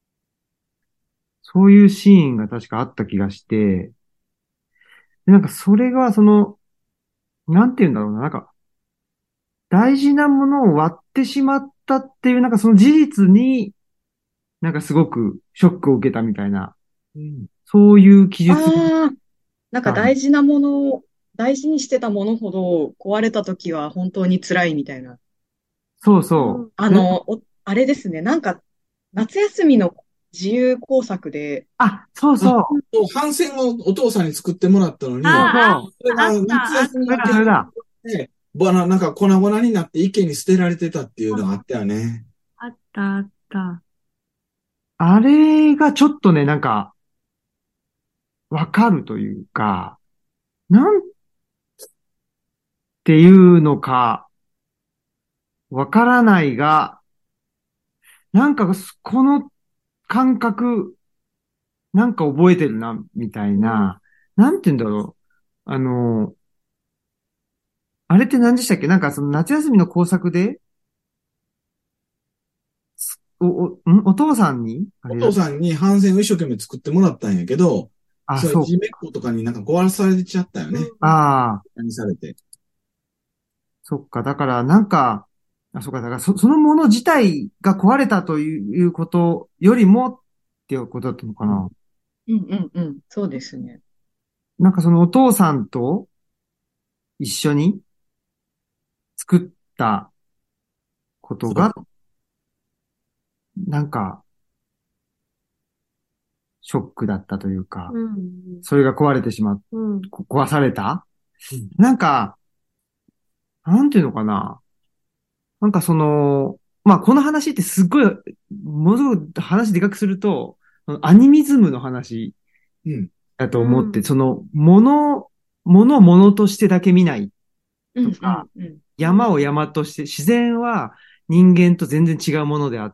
そういうシーンが確かあった気がして、でなんかそれがその、なんて言うんだろうな、なんか、大事なものを割ってしまったっていう、なんかその事実に、なんかすごくショックを受けたみたいな、 うん。 そういう記述ああ、なんかが、 大事なものを、大事にしてたものほど壊れた時は本当に辛いみたいな。 そううそん。 う。で、 あの、おあれですね、なんか夏休みの自由工作で、 あ、そうあ、 そう。 そう、反戦をお父さんに作ってもらったのそうに、 あそう。 それあ、あがった、あっ夏休みそれだ、 明けにそれだ。 で、ぼな、なんか粉々になって池に捨てられてたっていうのがあったよね。 あった、あった。 あれがちょっとね、なんか、わかるというか、なんていうのか、わからないが、なんか、この感覚、なんか覚えてるな、みたいうん。 な、なんて言うんだろう。あの、あれって何でしたっけなんかその夏休みの工作で、お、お、んお父さんにあれだ、 お父さんに反戦を一生懸命作ってもらったんやけど、 あ、 それ、いそう。 じめっ子とかになんか壊されちゃったよね。 うん。 ああ、 何されて。 そっか。だから、なんか、あ、そっか。だからそ、そのもの自体が壊れたということよりもっていうことだったのかな。 うんうんうん、そうですね。 なんかそのお父さんと一緒に作ったことが、 そう。 なんか、ショックだったというか、 うん。 それが壊れてしまっ、 うん。 こ壊されたうん。 なんか、なんていうのかな。なんかその、まあこの話ってすっごい、ものすごく話でかくすると、アニミズムの話うん。 だとう思って、 ん。 その、もの、ものをものとしてだけ見ないうんうとか、 んうん。 山を山として、自然は人間と全然違うものであって、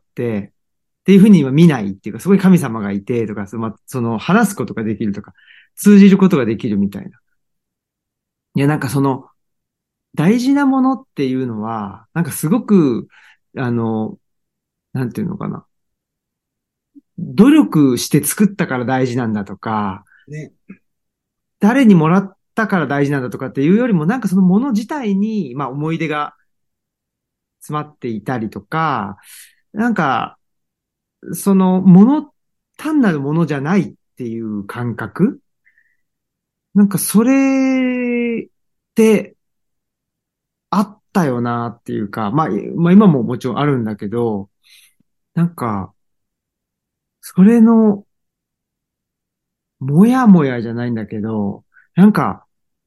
っていうふうには見ないっていうか、そこに神様がいてとか、その、まあその話すことができるとか、通じることができるみたいな。いや、なんかその、大事なものっていうのは、なんかすごく、あの、なんていうのかな。努力して作ったから大事なんだとか、 ね。 誰にもらったから大事なんだとかっていうよりも、なんかそのもの自体に、まあ思い出が詰まっていたりとか、なんか、そのもの、単なるものじゃないっていう感覚なんかそれってあったよなっていうか、まあ、まあ今ももちろんあるんだけど、 なんか、それの、もやもやじゃないんだけど、なんか、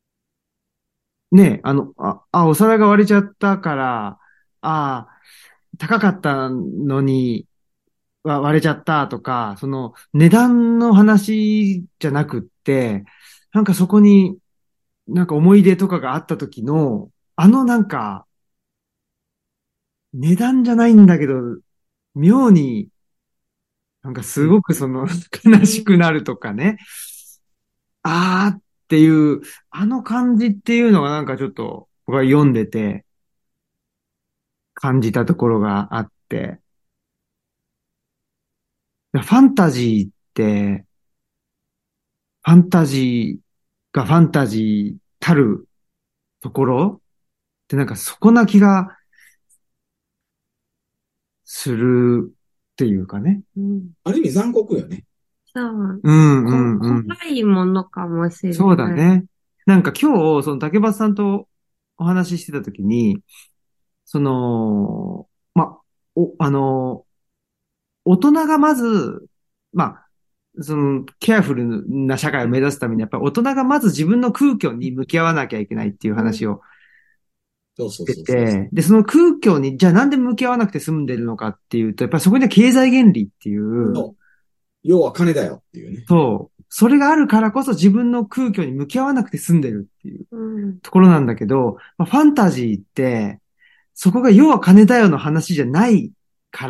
ね、あの、あ、あ、お皿が割れちゃったから、あ、高かったのに、わ割れちゃったとか、その値段の話じゃなくって、なんかそこになんか思い出とかがあった時の、あのなんか値段じゃないんだけど、妙になんかすごくその悲しくなるとかね。あーっていう、あの感じっていうのがなんかちょっと僕は読んでて感じたところがあって、ファンタジーって、ファンタジーがファンタジーたるところってなんかそこな気がするっていうかね。 うん。 ある意味残酷よね。 そう。 うんうこ、 んうん。 怖いものかもしれそうだない。 ね。なんか今日、その竹橋さんとお話ししてたときに、その、ま、お、あの、大人がまず、まあ、その、ケアフルな社会を目指すために、やっぱり大人がまず自分の空虚に向き合わなきゃいけないっていう話をそうそうしてそうそう。 て、で、その空虚に、じゃあなんで向き合わなくて済んでるのかっていうと、やっぱりそこには経済原理っていうそう。要は金だよっていうね。 そう。それがあるからこそ自分の空虚に向き合わなくて済んでるっていううん。 ところなんだけど、まあ、ファンタジーって、そこが要は金だよの話じゃないから、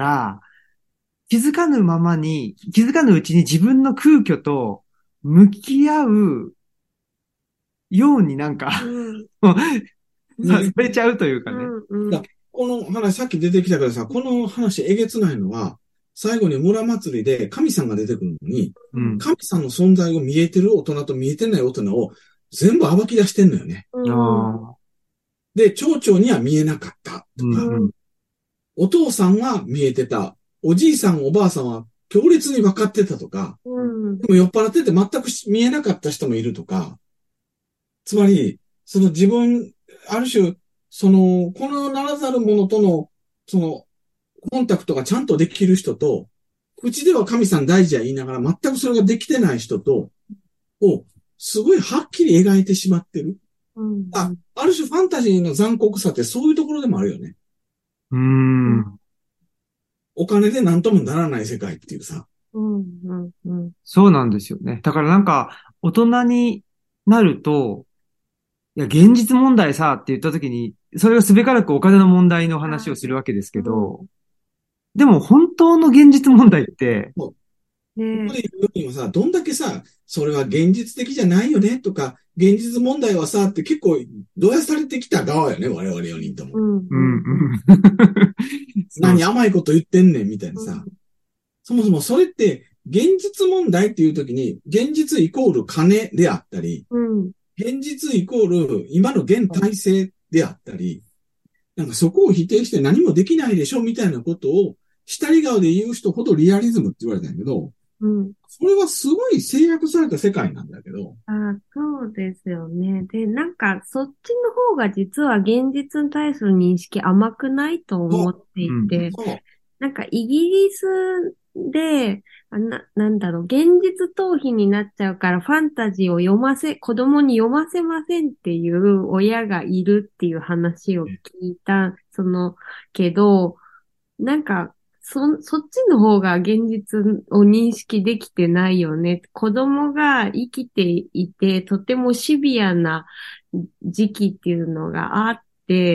気づかぬままに、気づかぬうちに自分の空虚と向き合うようになんか、 うん。 もうさね。 れちゃうというかね。 うん。 だこの話、さっき出てきたけどさ、この話えげつないのは、最後に村祭りで神さんが出てくるのに、 うん。 神さんの存在を見えてる大人と見えてない大人を全部暴き出してんのよね。 うん。 ああ。 で、町長には見えなかったとか、 うんうん。 お父さんは見えてた、おじいさんおばあさんは強烈に分かってたとか、 うん。 でも酔っ払ってて全く見えなかった人もいるとか、つまり、その自分、ある種、その、このならざる者との、その、コンタクトがちゃんとできる人と、口では神さん大事や言いながら全くそれができてない人と、を、すごいはっきり描いてしまってる。 うん。 あ、ある種ファンタジーの残酷さってそういうところでもあるよね。 うーん。 お金で何ともならない世界っていうさ。 うん。うん。うん。 そうなんですよね。だからなんか、大人になると、いや、現実問題さって言ったときに、それがすべからくお金の問題の話をするわけですけど、でも本当の現実問題って、 こねこで言うよりもさ、どんだけさ、それは現実的じゃないよねとか、現実問題はさ、って結構、どやされてきた側よね、我々よにんとも。 うん。 うん、うん。そう何甘いこと言ってんねん、みたいなさ。そもそもそれって、現実問題っていう時に、現実イコール金であったり、 うん。 現実イコール今の現体制であったり、なんかそこを否定して何もできないでしょみたいなことを、下り顔で言う人ほどリアリズムって言われたんやけど、 うん。 それはすごい制約された世界なんだけど、 あ、そうですよね。で、なんか、そっちの方が実は現実に対する認識甘くないと思っていて、 そう、 なんかイギリスで、あな、なんだろう、現実逃避になっちゃうからファンタジーを読ませ、子供に読ませませんっていう親がいるっていう話を聞いた、その、けど、なんか、そ、そっちの方が現実を認識できてないよね。子供が生きていて、とてもシビアな時期っていうのがあって、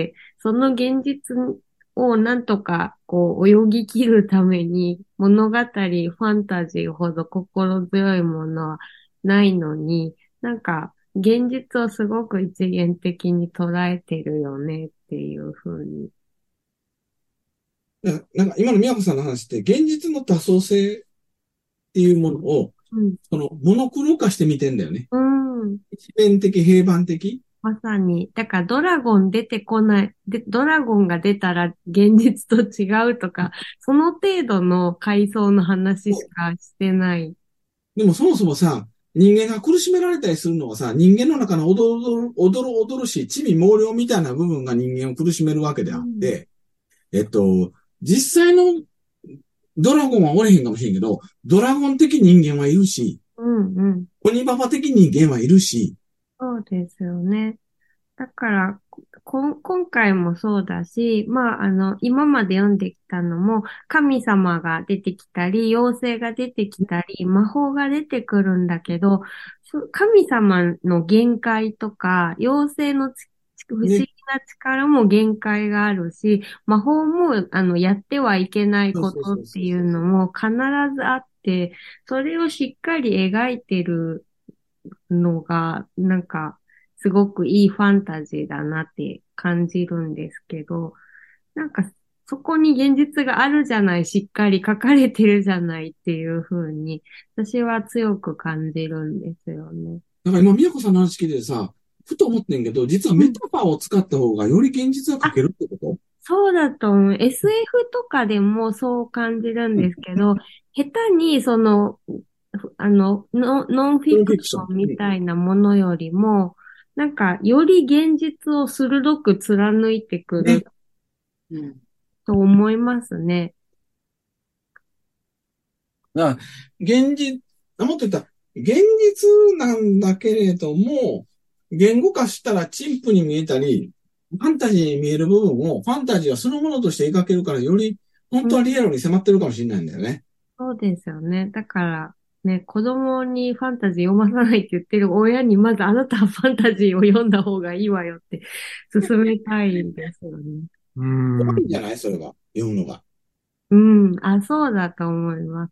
その現実をなんとかこう泳ぎ切るために物語、ファンタジーほど心強いものはないのに、なんか現実をすごく一元的に捉えてるよねっていう風に。 ななんか今の宮子さんの話って、現実の多層性っていうものを、 うん。 そのモノクロ化してみてんだよね。 うん一面的、平板的。 まさに。だからドラゴン出てこない。で、ドラゴンが出たら現実と違うとか、その程度の階層の話しかしてない。 でもそもそもさ、人間が苦しめられたりするのはさ、人間の中のおどろおどろおどろしい地味猛量みたいな部分が人間を苦しめるわけであって、えっと、実際のドラゴンはおれへんかもしれんけど、ドラゴン的人間はいるし、 うんうん。 鬼ババ的人間はいるし、 そうですよね。だから、こ、今回もそうだし、まあ、あの、今まで読んできたのも、神様が出てきたり、妖精が出てきたり、魔法が出てくるんだけど、そ神様の限界とか、妖精のち不思議ね。 な力も限界があるし、魔法も、あの、やってはいけないそうことっそうそうそうていうのも必ずあって、それをしっかり描いてるのが、なんか、すごくいいファンタジーだなって感じるんですけど、なんか、そこに現実があるじゃない、しっかり書かれてるじゃないっていう風に、私は強く感じるんですよね。 だから今、宮子さんの話聞いてさ、ふと思ってんけど、実はうん。 メタファーを使った方がより現実が書あ、 けるってこと？ そうだと思う。エスエフ とかでもそう感じるんうん。 ですけど、下手にその、あの、ノノンフノィクシンフィクション。 ョンみうん。 たいなものよりも、なんか、より現実を鋭く貫いてくね。 るうん。 と思いますね。 だから、現実、あもっと言ったら、現実なんだけれども、言語化したら陳腐に見えたり、ファンタジーに見える部分をファンタジーはそのものとして描けるから、より本うん、 当はリアルに迫ってるかもしれないんだよね。 そうですよね。だから、ね、子供にファンタジー読まさないって言ってる親に、まずあなたはファンタジーを読んだ方がいいわよって勧めたいですよね。 うーん。 怖いんじゃないそれが。読むのが。 うん。あ、そうだと思います。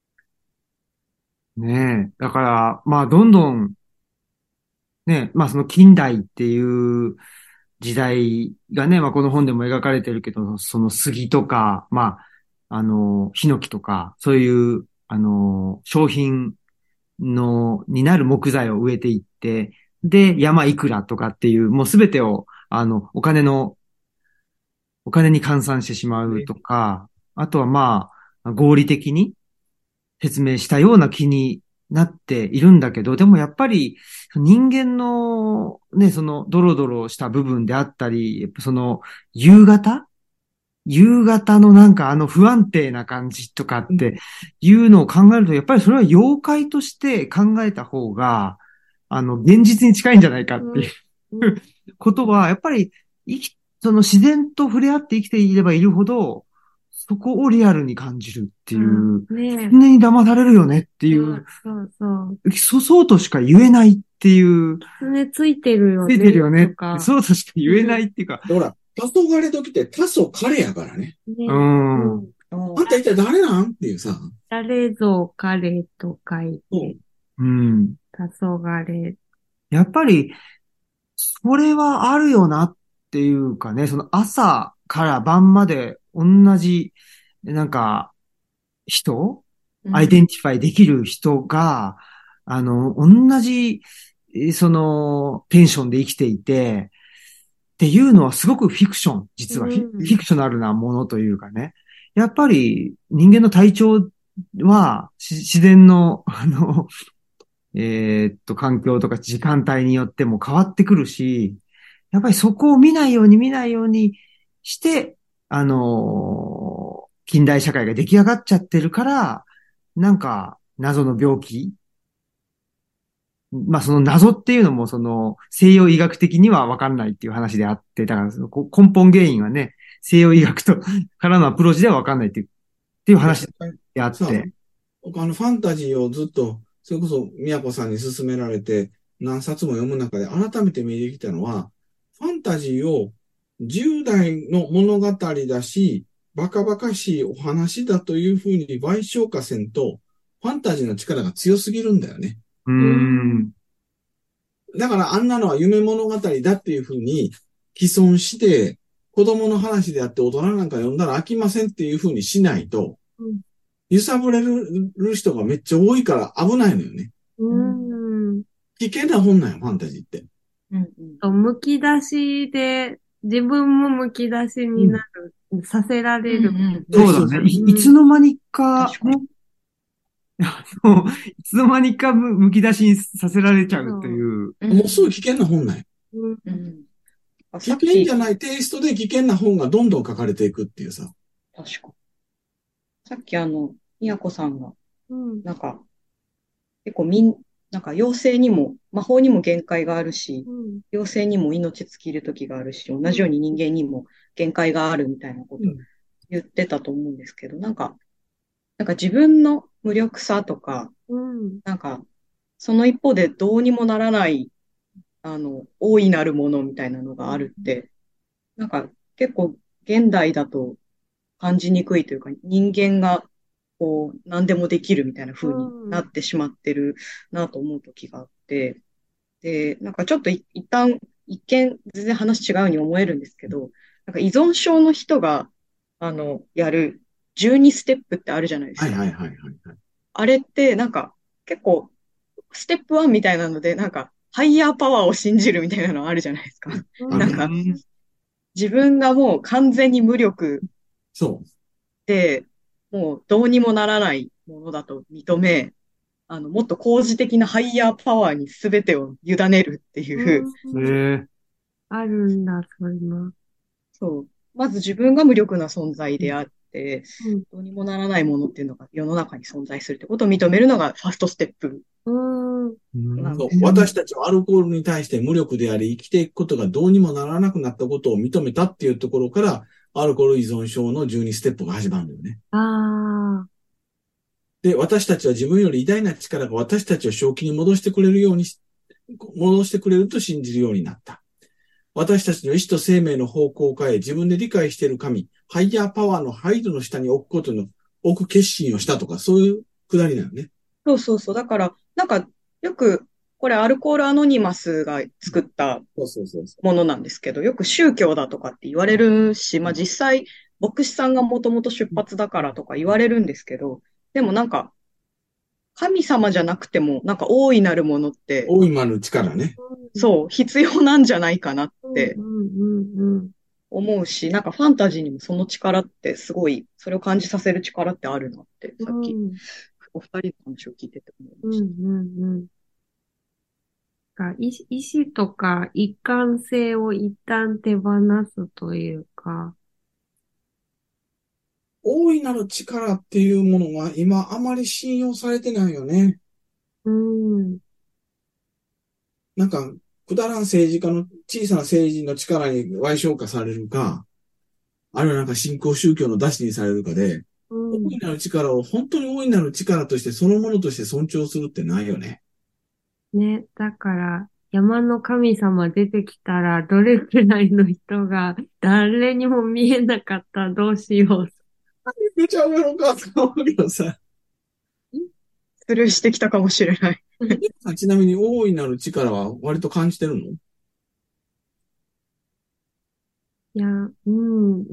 ねえ。だから、まあ、どんどん、ね、まあ、その近代っていう時代がね、まあ、この本でも描かれてるけど、その杉とか、まあ、あの、ヒノキとか、そういう、あの、商品の、になる木材を植えていって、で、山いくらとかっていう、もうすべてを、あの、お金の、お金に換算してしまうね。 とか、あとはまあ、合理的に説明したような気になっているんだけど、でもやっぱり人間のね、そのドロドロした部分であったり、やっぱその夕方夕方のなんかあの不安定な感じとかうん。 っていうのを考えると、やっぱりそれは妖怪として考えた方が、あの、現実に近いんじゃないかっていうん。うん。 うことは、やっぱり生き、その自然と触れ合って生きていればいるほど、そこをリアルに感じるっていうんう、 ねえ。 常に騙されるよねっていう、 そうそうそう。 そう、そうとしか言えないっていう、 狐ついてるよついてるね、 よねって、 とか。 そうとしか言えなうん。 いっていうか、 ほら、黄昏時って黄昏やからね。 うね。うん、うん。 あんた一体誰なんっていうさ。 誰ぞ彼と書いて、 そう。 ん。 黄昏。 やっぱり、それはあるよなっていうかね、その朝から晩まで同じ、なんか、人アイデうん。 ンティファイできる人が、あの、同じ、えーその、テンションで生きていて、っていうのはすごくフィクション、 う実はフィ、フん。 ィクショナルなものというかね。やっぱり人間の体調はし自然の、あの、えーっと、環境とか時間帯によっても変わってくるし、やっぱりそこを見ないように見ないようにして、あのー近代社会が出来上がっちゃってるから、なんか、謎の病気まあその謎っていうのもその西洋医学的にはわかんないっていう話であって、だからそのこ根本原因はね、西洋医学とからのアプローチではわかんないっていう、っていういや、 話であっさあ、 て。 僕あのファンタジーをずっと、それこそ宮子さんに勧められて何冊も読む中で改めて見てきたのは、ファンタジーをじゅう代の物語だし、バカバカしいお話だというふうに賠償化せんと、ファンタジーの力が強すぎるんだよね。 うーうん。 ん。 だからあんなのは夢物語だっていうふうに既存して、子供の話であって大人なんか読んだら飽きませんっていうふうにしないと、 うん。 揺さぶれる人がめっちゃ多いから危ないのよね。 ううん。 ん。 危険な本なんよ、ファンタジーって。 うん。 と、むき出しで、自分もむき出しになうん。 る、させらうん。 れる。 うん。 そうそうだね。 そうそうそい、いうん。 つの間にか、ね、 確かに。 もういつの間にかむ、むき出しにさせられちゃうといそう。 う。もううん。 すぐ危険な本なんよ。 う。うん。 うん。あ、 危さっき、 険じゃないテイストで危険な本がどんどん書かれていくっていうさ。 確かさっきあの、みやこさんが、 うん。 なんか、結構みん、なんか妖精にも、魔法にも限界があるし、 うん。 妖精にも命尽きる時があるし、同うん。 じように人間にも限界があるみたいなことうん。 言ってたと思うんですけど、なんか、なんか自分の無力さとか、 うん。 なんか、その一方でどうにもならない、あの、大いなるものみたいなのがあるって、なんか結構現代だと感じにくいというか、人間がこう、何でもできるみたいなう風になん。 ってしまってるなと思う時があって、で、なんかちょっとい一旦、一見全然話違うように思えるんですけど、なんか依存症の人が、あの、やるじゅうにステップってあるじゃないですか。 はいはいはいはいはい。 あれってなんか結構ステップワンみたいなので、なんかハイヤーパワーを信じるみたいなのあるじゃないですか。 うあるね。 なんかうん。 自分がもう完全に無力そう。 で、もうどうにもならないものだと認め、あの、もっと高次的なハイヤーパワーに全てを委ねるっていう、 えん。 え。 あるんだ、そういうの。 そう。まず自分が無力な存在うん。 であって、 うん。 どうにもならないものっていうのが世の中に存在するってことを認めるのがファーストステップうん。 そう。 なんですよ。 私たちはアルコールに対して無力であり、生きていくことがどうにもならなくなったことを認めたっていうところから、アルコール依存症のじゅうにステップが始まるんだよね。 ああ。 で、私たちは自分より偉大な力が私たちを正気に戻してくれるようにし、戻してくれると信じるようになった。私たちの意志と生命の方向を変え、自分で理解している神、ハイヤーパワーのハイドの下に置くことの、置く決心をしたとか、そういうくだりなのね。 そうそうそう。だから、なんか、よく、これアルコールアノニマスが作ったそうそうそうそものなんですけど、よく宗教だとかって言われるし、まあ実際、牧師さんがもともと出発だからとか言われるんですけど、でもなんか、神様じゃなくても、なんか大いなるものって、 う。大いなる力ね。 そう、必要なんじゃないかなっうん。 てうん。うん。 思うし、なんかファンタジーにもその力ってすごい、それを感じさせる力ってあるなって、 うさっきん。 お二人の話を聞いてて思いうん。 ました。 うん。うん。か、意志、意志とか一貫性を一旦手放すというか、 大いなる力っていうものが今あまり信用されてないよね。 うん。 なんか、くだらん政治家の、小さな政治の力に賠償化されるか、あるいはなんか新興宗教の出しにされるかで、 うん。 大いなる力を本当に大いなる力としてそのものとして尊重するってないよね。 ね、だから、山の神様出てきたら、どれくらいの人が誰にも見えなかったらどうしよめちゃめちゃかと思うけどさ。 スルーしてきたかもしれない。 ちなみに大いなる力は割と感じてるの？ う。いや、うん。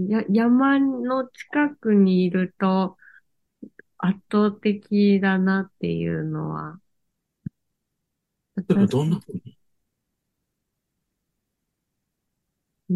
や、山の近くにいると圧倒的だなっていうのは、 例えばどんな私、 風に？ うん。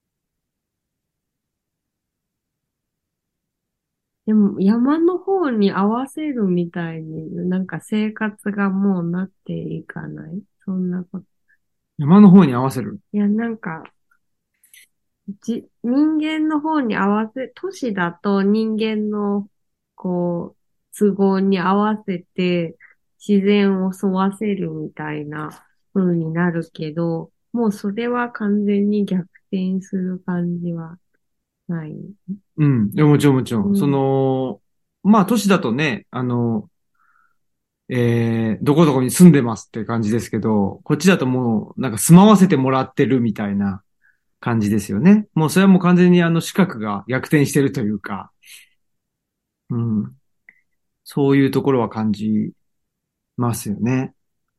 でも山の方に合わせるみたいになんか生活がもうなっていかないそんなこと。 山の方に合わせる。 いや、なんか、じ、人間の方に合わせ、都市だと人間の、こう、都合に合わせて自然を沿わせるみたいな風になるけど、もうそれは完全に逆転する感じはない。 うん。いや、もちろんもちろん。そうん。 の、まあ、都市だとね、あの、えー、どこどこに住んでますって感じですけど、こっちだともう、なんか住まわせてもらってるみたいな感じですよね。もうそれはもう完全にあの視覚が逆転してるというか、うん。そういうところは感じますよね。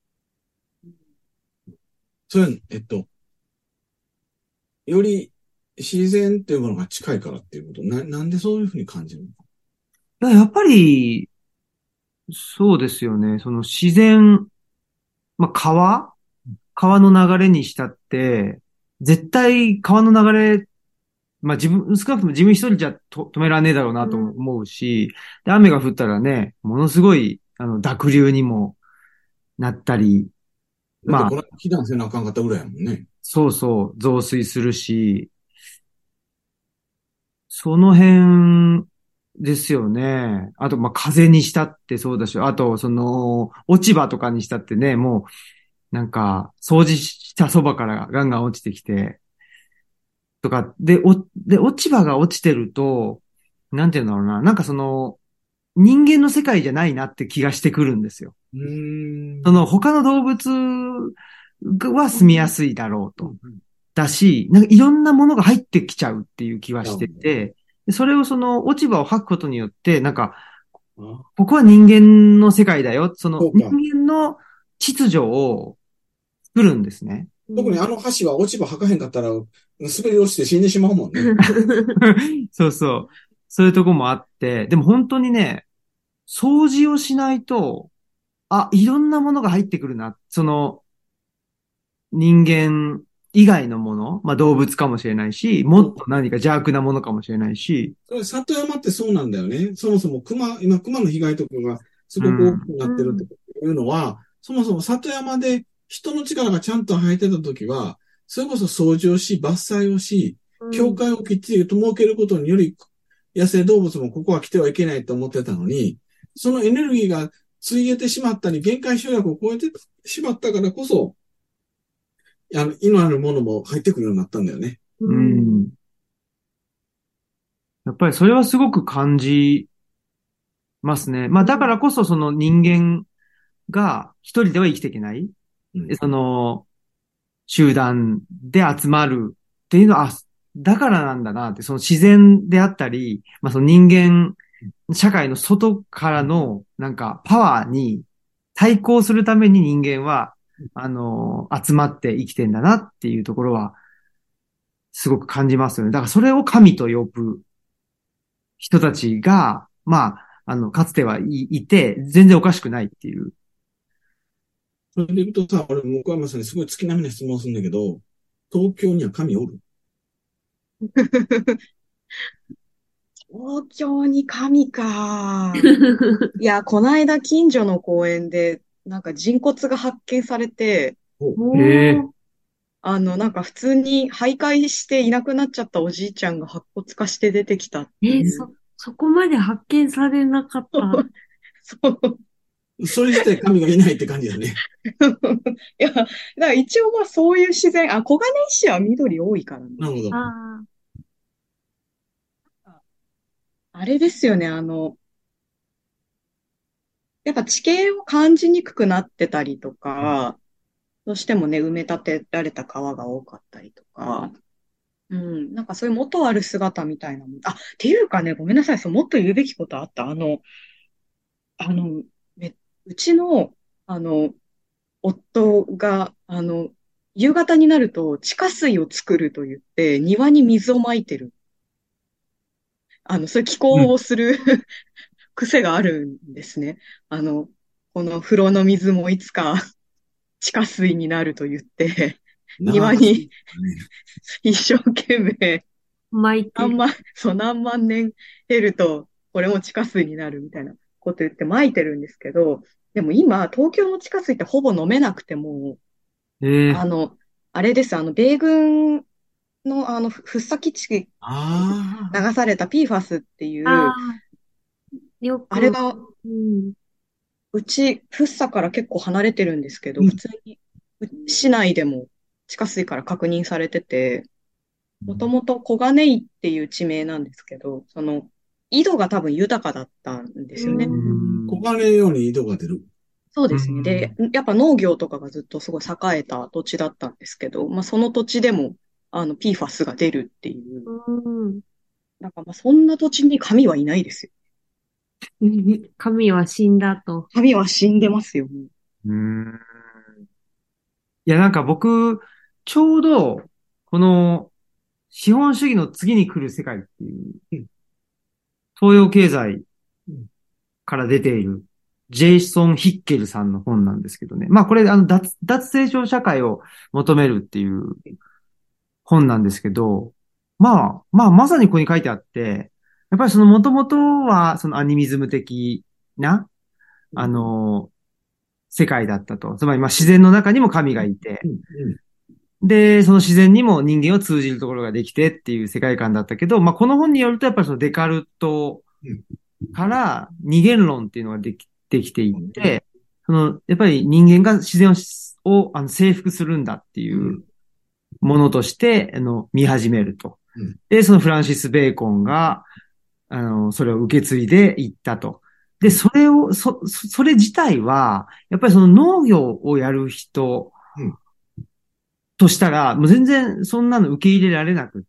それ、えっと、より自然っていうものが近いからっていうこと、な、なんでそういうふうに感じるの？ だからやっぱり、そうですよね。その自然、まあ、川川の流れにしたって、絶対川の流れ、まあ、自分、少なくとも自分一人じゃと止められねえだろうなとうん。 思うし、で、雨が降ったらね、ものすごい、あの、濁流にもなったり、まあ、 だってこれ、避難せなあかんかったぐらいやもんね。 そうそう、増水するし、その辺ですよね。あと、まあ、風にしたってそうだし、あと、その、落ち葉とかにしたってね、もう、なんか、掃除したそばからガンガン落ちてきて、とか、で、お、で、落ち葉が落ちてると、なんていうんだろうな、なんかその、人間の世界じゃないなって気がしてくるんですよ。 うーん。 その、他の動物は住みやすいだろうと。 うんうんだし、なんかいろんなものが入ってきちゃうっていう気はしてなるほどて、でそれをその落ち葉を吐くことによって、なんか、 あ、 ここは人間の世界だよ。その人そうか。 間の秩序を作るんですね。 特にあの橋は落ち葉吐かへんかったら、滑り落ちて死んでしまうもんね。 そうそう。そういうとこもあって、でも本当にね、掃除をしないと、あ、いろんなものが入ってくるな。その人間以外のもの、まあ動物かもしれないし、もっと何か邪悪なものかもしれないし、 それ里山ってそうなんだよね。そもそも熊、今熊の被害とかがすごく大きくなってるっていうのは、そもそも里山で人の力がちゃんと入ってた時は、それこそ掃除をし、伐採をし、境界をきっちりと設けることにより、野生動物もここは来てはいけないと思ってたのに、そのエネルギーがついえてしまったり、限界集約を超えてしまったからこそ、あの、今あるものも入ってくるようになったんだよね。 ううん。 ん。やっぱりそれはすごく感じますね。まあだからこそその人間が一人では生きていけない。 うんでその集団で集まるっていうのは、あ、だからなんだなって、その自然であったり、まあその人間、社会の外からのなんかパワーに対抗するために人間は、あの、集まって生きてんだなっていうところは、すごく感じますよね。だからそれを神と呼ぶ人たちが、まあ、あの、かつてはいいて、全然おかしくないっていう。 それでいくとさ、俺、向山さんにすごい月並みな質問するんだけど、東京には神おる？ 東京に神か。いや、こないだ近所の公園で、なんか人骨が発見されて、 お、 おへえ。 ー。 あの、なんか普通に徘徊していなくなっちゃったおじいちゃんが白骨化して出てきたってえ、 いう。 そ、そこまで発見されなかった。 そう。 それ自体神がいないって感じだね。 いや、だから一応まあそういう自然、あ、黄金石は緑多いからね。 なるほど。 ああれですよね、あの、やっぱ地形を感じにくくなってたりとか、どうしてもね、埋め立てられた川が多かったりとか、うん、なんかそういう元ある姿みたいなもん。あ、っていうかね、ごめんなさい、そう、もっと言うべきことあった。あの、あの、めうちの、あの、夫が、あの、夕方になると地下水を作ると言って、庭に水をまいてる。あの、そういう気候うん。 をする癖があるんですね。あの、この風呂の水もいつか地下水になると言って、 流す。 庭にね。 一生懸命あ、巻いてる。 何万、そう何万年減ると、これも地下水になるみたいなこと言って撒いてるんですけど、でも今、東京の地下水ってほぼ飲めなくても、 へえ。 あの、あれです、あの、米軍の、あの、福生基地流あされた ピーファス っていあう、 あ、よく、 あれが、 うん。 うち、福生から結構離れてるんですけど、 あ、 普通に、う市内でも地下水から確認されてて、もともと小金井っていう地名なんですけど、その、井戸が多分豊かだったんですようね。 うん。 黄ん。 金のように井戸が出る。 うそうですね。で、 ん。 やっぱ農業とかがずっとすごい栄えた土地だったんですけど、まあその土地でも、あの、ピーファス が出るっていう。 うん。 なんかまあそんな土地に神はいないですよ。 神は死んだと。 神は死んでますよ。もううん。いや、なんか僕、ちょうど、この、資本主義の次に来る世界っていう、 うん東洋経済うんから出ている、ジェイソン・ヒッケルさんの本なんですけどね。まあこれ、あの、脱、脱成長社会を求めるっていう本なんですけど、まあ、まあ、まさにここに書いてあって、やっぱりその元々は、そのアニミズム的な、あの、世界だったと。つまり、まあ自然の中にも神がいて、 うんうんで、その自然にも人間を通じるところができてっていう世界観だったけど、まあこの本によると、やっぱりそのデカルトから二元論っていうのができ、できていって、その、やっぱり人間が自然を、をあの征服するんだっていうものとして、あの、見始めると。で、そのフランシス・ベーコンが、あの、それを受け継いでいったと。で、それを、そ、それ自体は、やっぱりその農業をやる人としたら、もう全然そんなの受け入れられなくって、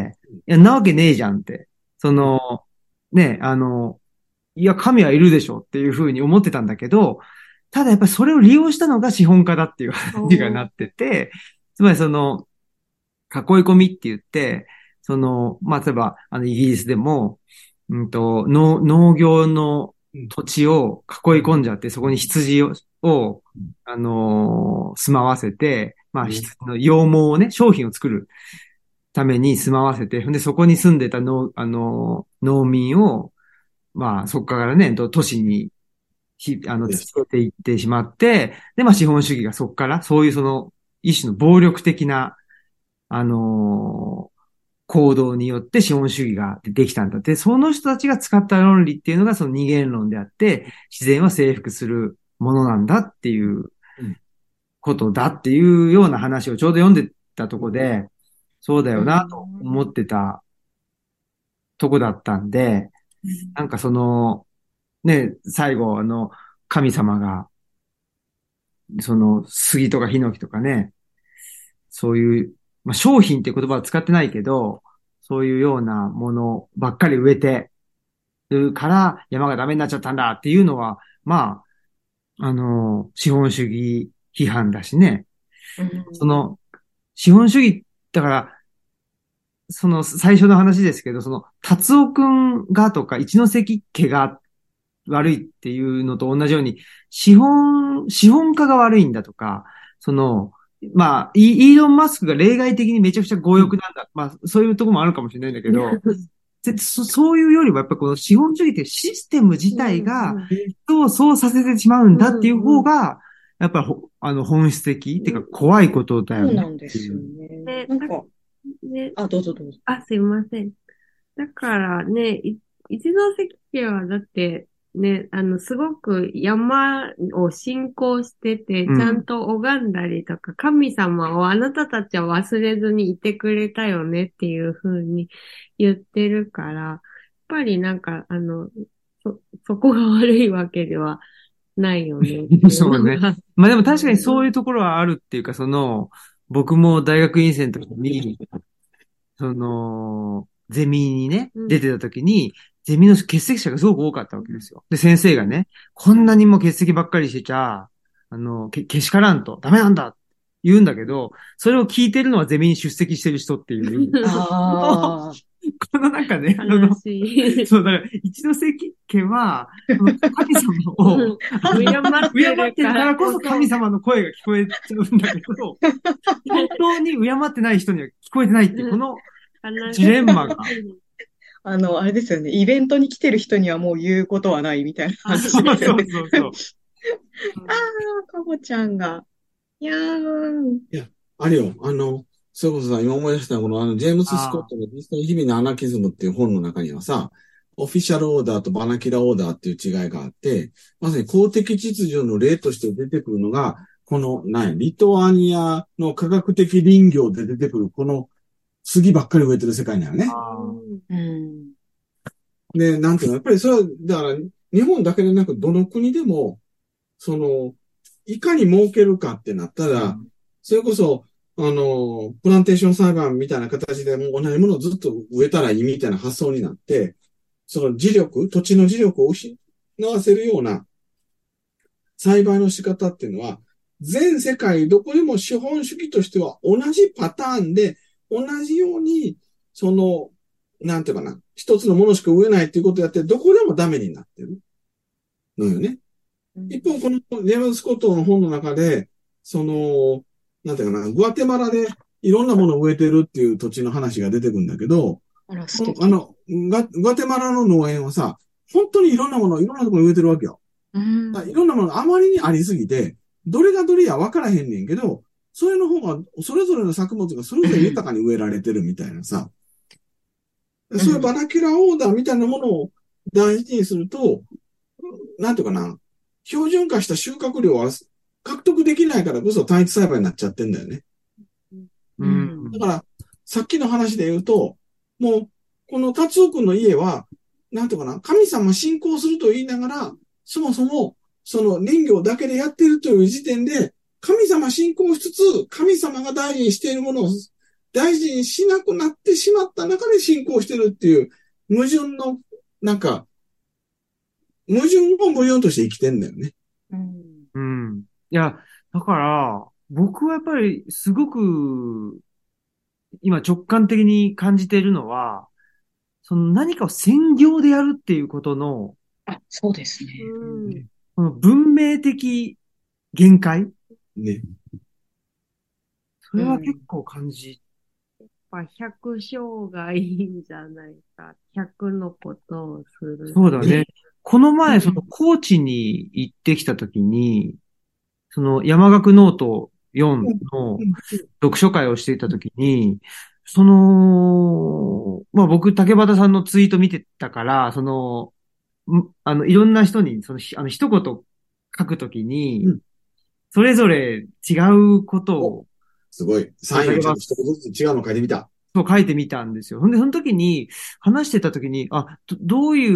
いや、なわけねえじゃんって。その、ね、あの、いや、神はいるでしょっていうふうに思ってたんだけど、ただやっぱりそれを利用したのが資本家だっていう話がなってて、つまりその、囲い込みって言って、その、まあ、例えば、あの、イギリスでも、うんと、農、農業の土地を囲い込んじゃって、そこに羊を、をあのー住まわせて、まあ、羊の羊毛をね、商品を作るために住まわせて、で、そこに住んでた農、あのー農民を、まあ、そこからね、と都市に、ひ、あの、つけていってしまって、で、まあ、資本主義がそこから、そういうその、一種の暴力的な、あのー行動によって資本主義ができたんだって、その人たちが使った論理っていうのがその二元論であって、自然は征服するものなんだっていうことだっていうような話をちょうど読んでたとこで、そうだよなと思ってたとこだったんで、なんかその、ね、最後あの、神様が、その杉とかヒノキとかね、そういう、まあ、商品って言葉は使ってないけど、そういうようなものばっかり植えてるから山がダメになっちゃったんだっていうのは、まあ、あの、資本主義批判だしね。その、資本主義、だから、その最初の話ですけど、その、達夫くんがとか一ノ関家が悪いっていうのと同じように、資本、資本家が悪いんだとか、その、まあ、イーロン・マスクが例外的にめちゃくちゃ強欲なんだ。まあ、そういうところもあるかもしれないんだけど、そそういうよりはやっぱりこの資本主義っていうシステム自体が人をそうさせてしまうんだっていう方が、やっぱりあの本質的っていうか怖いことだよね。 そうなんですよね。なんか、ね、あ、どうぞどうぞ。 あ、すいません。だからね、い一ノ関家はだってね、あの、すごく山を信仰してて、ちゃんと拝んだりとか、うん、神様をあなたたちは忘れずにいてくれたよねっていう風に言ってるから、やっぱりなんか、あの、そ、そこが悪いわけではないよね。 そうね。まあでも確かにそういうところはあるっていうか、その、僕も大学院生の時に、その、ゼミにね、出てた時に、ゼミの欠席者がすごく多かったわけですよ。で、先生がね、こんなにも欠席ばっかりしてちゃ、あの、け、けしからんと、ダメなんだって言うんだけど、それを聞いてるのはゼミに出席してる人っていう。あこのなんかね、あの、そう、だから、一ノ関家は、神様を敬ってるからこそ神様の声が聞こえちゃうんだけど、本当に敬ってない人には聞こえてないっていう、このジレンマが。 あの、あれですよね。イベントに来てる人にはもう言うことはないみたいな話ですよね。 そうそうそう。 ああ、かぼちゃんが。いやー。 いや、あれよ、あの、それこそさ、今思い出したこの、あの、ジェームス・スコットの実際日々のアナキズムっていう本の中にはさ、オフィシャルオーダーとバナキラオーダーっていう違いがあって、まさに公的秩序の例として出てくるのが、この、何や、リトアニアの科学的林業で出てくる、この杉ばっかり植えてる世界なのね。 うん、 で、なんていうの、やっぱりそれは、だから、日本だけでなく、どの国でも、その、いかに儲けるかってなったら、うん、それこそ、あの、プランテーション栽培みたいな形でもう同じものをずっと植えたらいいみたいな発想になって、その磁力、土地の磁力を失わせるような栽培の仕方っていうのは、全世界どこでも資本主義としては同じパターンで、同じように、その、なんていうかな、一つのものしか植えないっていうことをやって、どこでもダメになってるのよね。うん、一方、このレームスコットの本の中で、その、なんていうかな、グアテマラでいろんなものを植えてるっていう土地の話が出てくるんだけど、 あら、 あの、ガ、グアテマラの農園はさ、本当にいろんなものをいろんなところに植えてるわけよ。うん、いろんなものがあまりにありすぎて、どれがどれや分からへんねんけど、それの方が、それぞれの作物がそれぞれ豊かに植えられてるみたいなさ、そういうバナキュラオーダーみたいなものを大事にすると、なんていうかな、標準化した収穫量は獲得できないからこそ単一栽培になっちゃってんだよね。 うん。 だから、さっきの話で言うと、もう、この達夫君の家は、なんていうかな、神様信仰すると言いながら、そもそも、その林業だけでやってるという時点で、神様信仰しつつ、神様が大事にしているものを大事にしなくなってしまった中で信仰してるっていう、矛盾の、なんか、矛盾を矛盾として生きてんだよね。 うん。 うん。いや、だから、僕はやっぱりすごく、今直感的に感じているのは、その何かを専業でやるっていうことの、 あ、そうですね。 うん。 この文明的限界、 ね。 それは結構感じ。 やっぱ百姓がいいんじゃないか。百のことをする。 そうだね。この前、 うんその高知に行ってきたときに、その山岳ノートよんの読書会をしていたときに、その、まあ僕、竹端さんのツイート見てたから、その、んあの、いろんな人に、その、ひあの、一言書くときに、 うんそれぞれ違うことお、 を、 すごい。サインをちゃんと一言ずつ違うの書いてみた。 そう書いてみたんですよ。ほんで、その時に、話してた時に、あ、ど、どういう、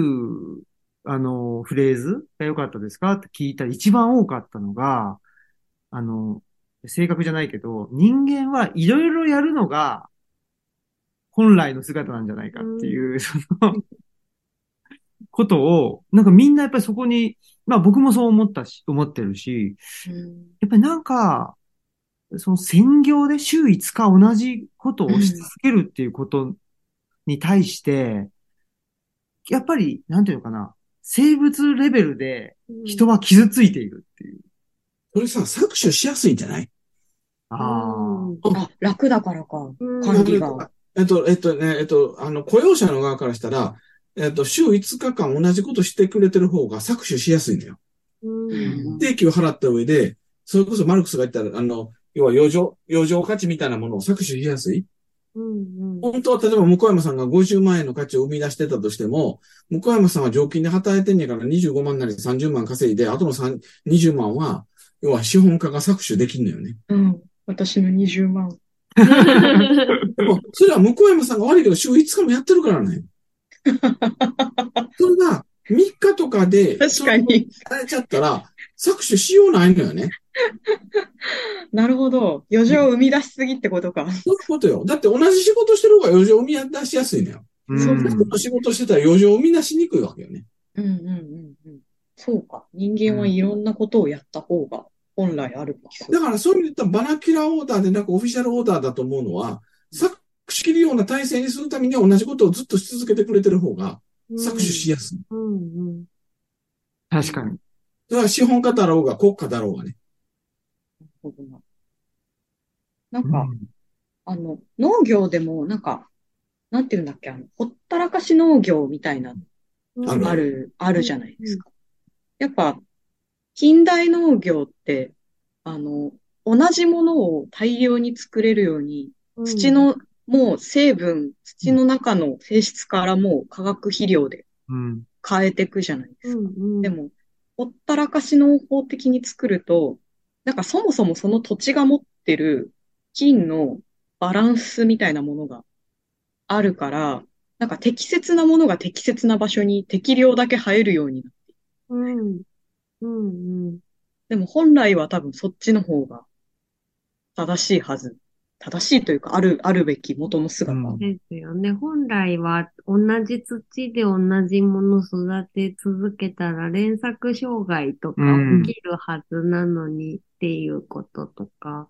あの、フレーズが良かったですかって聞いたら一番多かったのが、あの、正確じゃないけど、人間はいろいろやるのが本来の姿なんじゃないかっていう、そのことを、なんかみんなやっぱりそこに、まあ僕もそう思ったし、思ってるし、 うんやっぱりなんか、その専業で週いつか同じことをし続けるっていうことに対して、やっぱり、なんていうのかな、生物レベルで人は傷ついているっていう。 これさ、搾取しやすいんじゃない？ ああ。 あ、楽だからか。 うん管理が。 えっと、えっとね、えっと、あの、雇用者の側からしたら、えっと、週いつかかん同じことしてくれてる方が搾取しやすいのよ。 うん。 定期を払った上で、それこそマルクスが言ったら、あの、要は余剰、余剰価値みたいなものを搾取しやすい。 うん本当は例えば向山さんがごじゅうまん円の価値を生み出してたとしても、向山さんは常勤で働いてんねやからにじゅうごまんなりさんじゅうまん稼いで、あとのにじゅうまんは、要は資本家が搾取できんのよね。 うん。私のにじゅうまん。 でも、それは向山さんが悪いけど、週いつかもやってるからね。それがみっかとかで、 確かに。 やられちゃったら、搾取しようないのよね。 なるほど。余剰を生み出しすぎってことか。 そういうことよ。だって同じ仕事してる方が余剰を生み出しやすいのよ。 うそうずっん。 と仕事してたら余剰を生み出しにくいわけよね。 うんうんうんうん。そうか。人間はいろんなことをやった方が本来あるべきそう。 だからそういう意味で言ったらバナキュラーオーダーでなくオフィシャルオーダーだと思うのは、搾取しきるような体制にするためには同じことをずっとし続けてくれてる方が搾取しやすい。 うんうん確かに。 それは資本家だろうが国家だろうがね。 なるほどな。なんか、 うん。 あの、農業でも、なんか、なんていうんだっけ、あの、ほったらかし農業みたいな、 うん。 あるある、あるじゃないですか。やっぱ、近代農業って、あの、同じものを大量に作れるように、 うん土の、もう成分、土の中の性質からもう化学肥料でうん。 変えていくじゃないでうすか。 んうん。 でも、ほったらかし農法的に作ると、なんかそもそもその土地が持ってる菌のバランスみたいなものがあるから、なんか適切なものが適切な場所に適量だけ生えるようになって。 うんうんうん。 でも本来は多分そっちの方が正しいはず。正しいというか、ある、あるべき元の姿。 うんですよね。本来は同じ土で同じもの育て続けたら連作障害とかうん起きるはずなのにっていうこととか。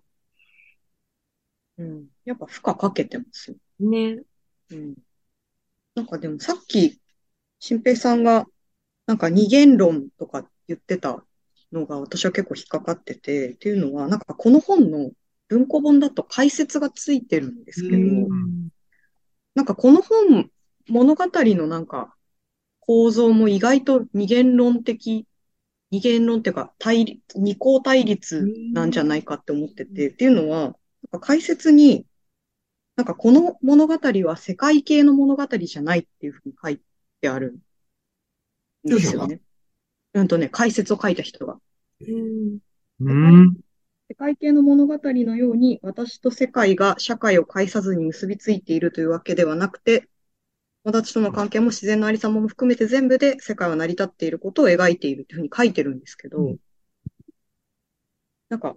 うん。やっぱ負荷かけてますよ。 ね。 うん。なんかでもさっき、新平さんが、なんか二元論とか言ってたのが私は結構引っかかってて、っていうのは、なんかこの本の文庫本だと解説がついてるんですけど、 うんなんかこの本、物語のなんか構造も意外と二元論的、二元論っていうか対立、二項対立なんじゃないかって思ってて、っていうのは、なんか解説に、なんかこの物語は世界系の物語じゃないっていうふうに書いてある著者が。 ですよね。うんとね、解説を書いた人が。 うん。 うん。 世界系の物語のように、私と世界が社会を介さずに結びついているというわけではなくて、友達との関係も自然のありさまも含めて全部で世界は成り立っていることを描いているというふうに書いてるんですけど、 うんなんか、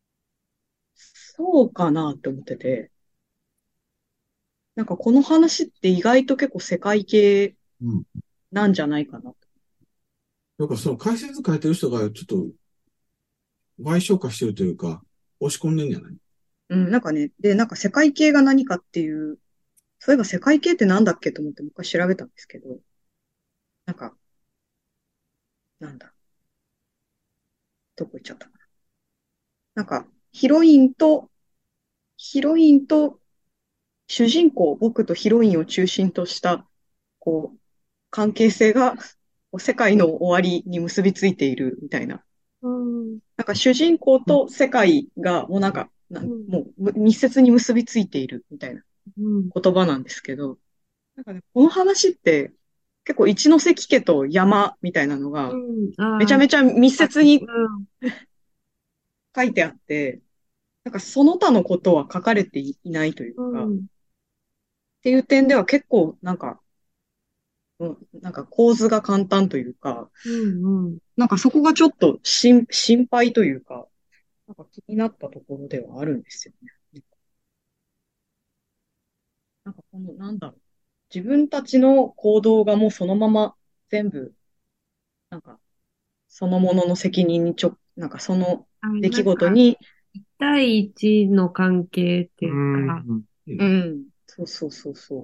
そうかなって思ってて、なんかこの話って意外と結構世界系うん。 なんじゃないかな。 なんかその解説書いてる人がちょっと賠償化してるというか、押し込んでんじゃない？ うん、なんかね、で、なんか世界系が何かっていう、そういえば世界系ってなんだっけと思ってもう一回調べたんですけど、なんか、なんだ、どこ行っちゃったかな。なんか、ヒロインと、ヒロインと主人公、僕とヒロインを中心とした、こう、関係性が、こう世界の終わりに結びついているみたいな。 うん。 なんか主人公と世界がもうなんか、なんもう密接に結びついているみたいなうん。 言葉なんですけど、なんかね、この話って結構一ノ関家と山みたいなのがうん。ああ、 めちゃめちゃ密接にうん。 書いてあって、なんかその他のことは書かれていないというか、っうん。 ていう点では結構なんか、うん、なんか構図が簡単というか、 うん。うん。 なんかそこがちょっと心、心配というか、なんか気になったところではあるんですよね。なんかこの、なんだろう。自分たちの行動がもうそのまま全部、なんか、そのものの責任にちょ、なんかそのあ、 出来なんか、 事に、 第一の関係ってういうか、 ん。 うん、そうそうそうそう。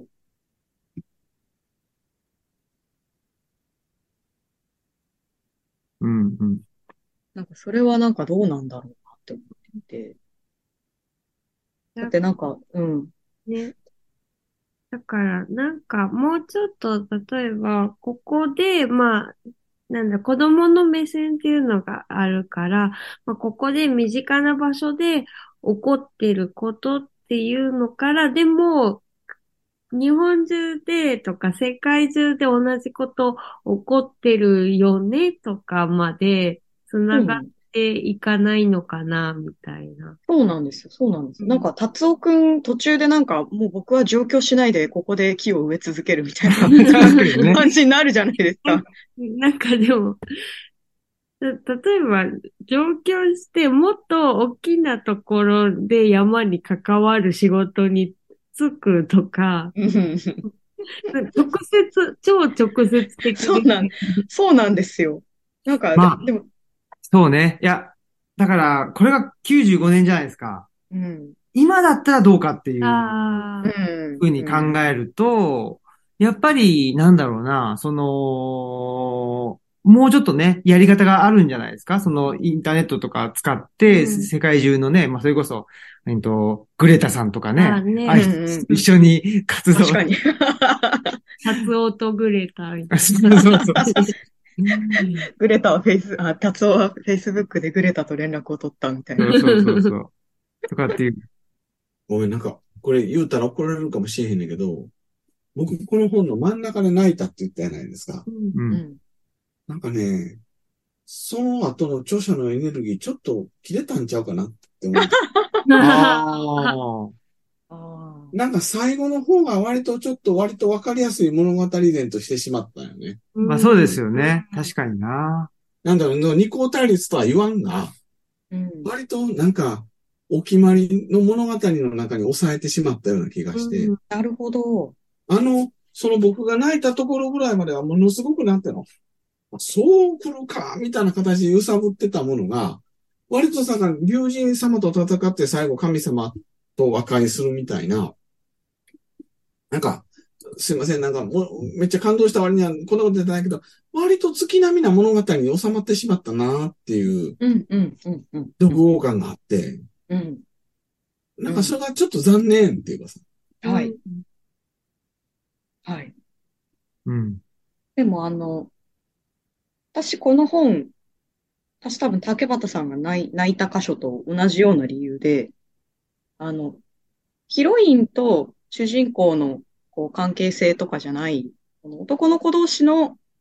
うん。うん。 なんかそれはなんかどうなんだろうなって思ってて。だっだてなんか、うん、 ね。だから、なんか、もうちょっと、例えば、ここで、まあ、なんだ、子供の目線っていうのがあるから、まあ、ここで身近な場所で起こってることっていうのから、でも、日本中でとか世界中で同じこと起こってるよねとかまで繋がっそうなん、 ていかないのかな、みたいな。 そうなんですよ。そうなんですよ。なんうん。 か、達夫くん途中でなんか、もう僕は上京しないでここで木を植え続けるみたいな確かにね。 感じになるじゃないですか。 なんかでも、た例えば、上京してもっと大きなところで山に関わる仕事に就くとか、 うん直接、超直接的ですそうなん、 ね。 そうなんですよ。なんか、で、 まあ、 でも、 そうね。いや、だから、これがきゅうじゅうごねんじゃないですか。 うん、 今だったらどうかっていううああ、 ん、 ふうに考うん、 えると、やっぱり、なんだろうな、その、もうちょっとね、やり方があるんじゃないですか。そのインターネットとか使っうて、 ん。 世界中のね、まあ、それこそ、えっと、グレタさんとかね、 ああね、 ああいう人うん、 一緒に活動、 確かに。 カツオとグレタみたいそうそうそうそう。 グレタはフェイス、あ、達夫はフェイスブックでグレタと連絡を取ったみたいな。 そうそうそうそう。とかっていう。 ごめん、なんか、これ言うたら怒られるかもしれへんねんけど、僕この本の真ん中で泣いたって言ったじゃないですか。 うん。 うん。 うん。 なんかね、その後の著者のエネルギーちょっと切れたんちゃうかなって思う。 ああ。 ああ。 なんか最後の方が割とちょっと割とわかりやすい物語伝としてしまったよね。 まあそうですようん。 ね。確かにな。 なんだろう、二項対立とは言わんが、 うん。 割となんかお決まりの物語の中に抑えてしまったような気がして、 うん。 なるほど。 あの、その僕が泣いたところぐらいまではものすごくなんていうの、そう来るか、みたいな形で揺さぶってたものが、割とさ、竜神様と戦って最後神様と和解するみたいな、なんか、すいません、なんかもうめっちゃ感動した割にはこんなこと言ってないけど、割と月並みな物語に収まってしまったなっていううん、うん、うん、うん。 読後感があって、 うん、 なんかそれがちょっと残念っていうかさ。 はい。はい。 うん。 でもあの、私この本、私多分竹俣さんが泣い泣いた箇所と同じような理由で、あの、ヒロインと主人公のこう関係性とかじゃない、この男の子同士の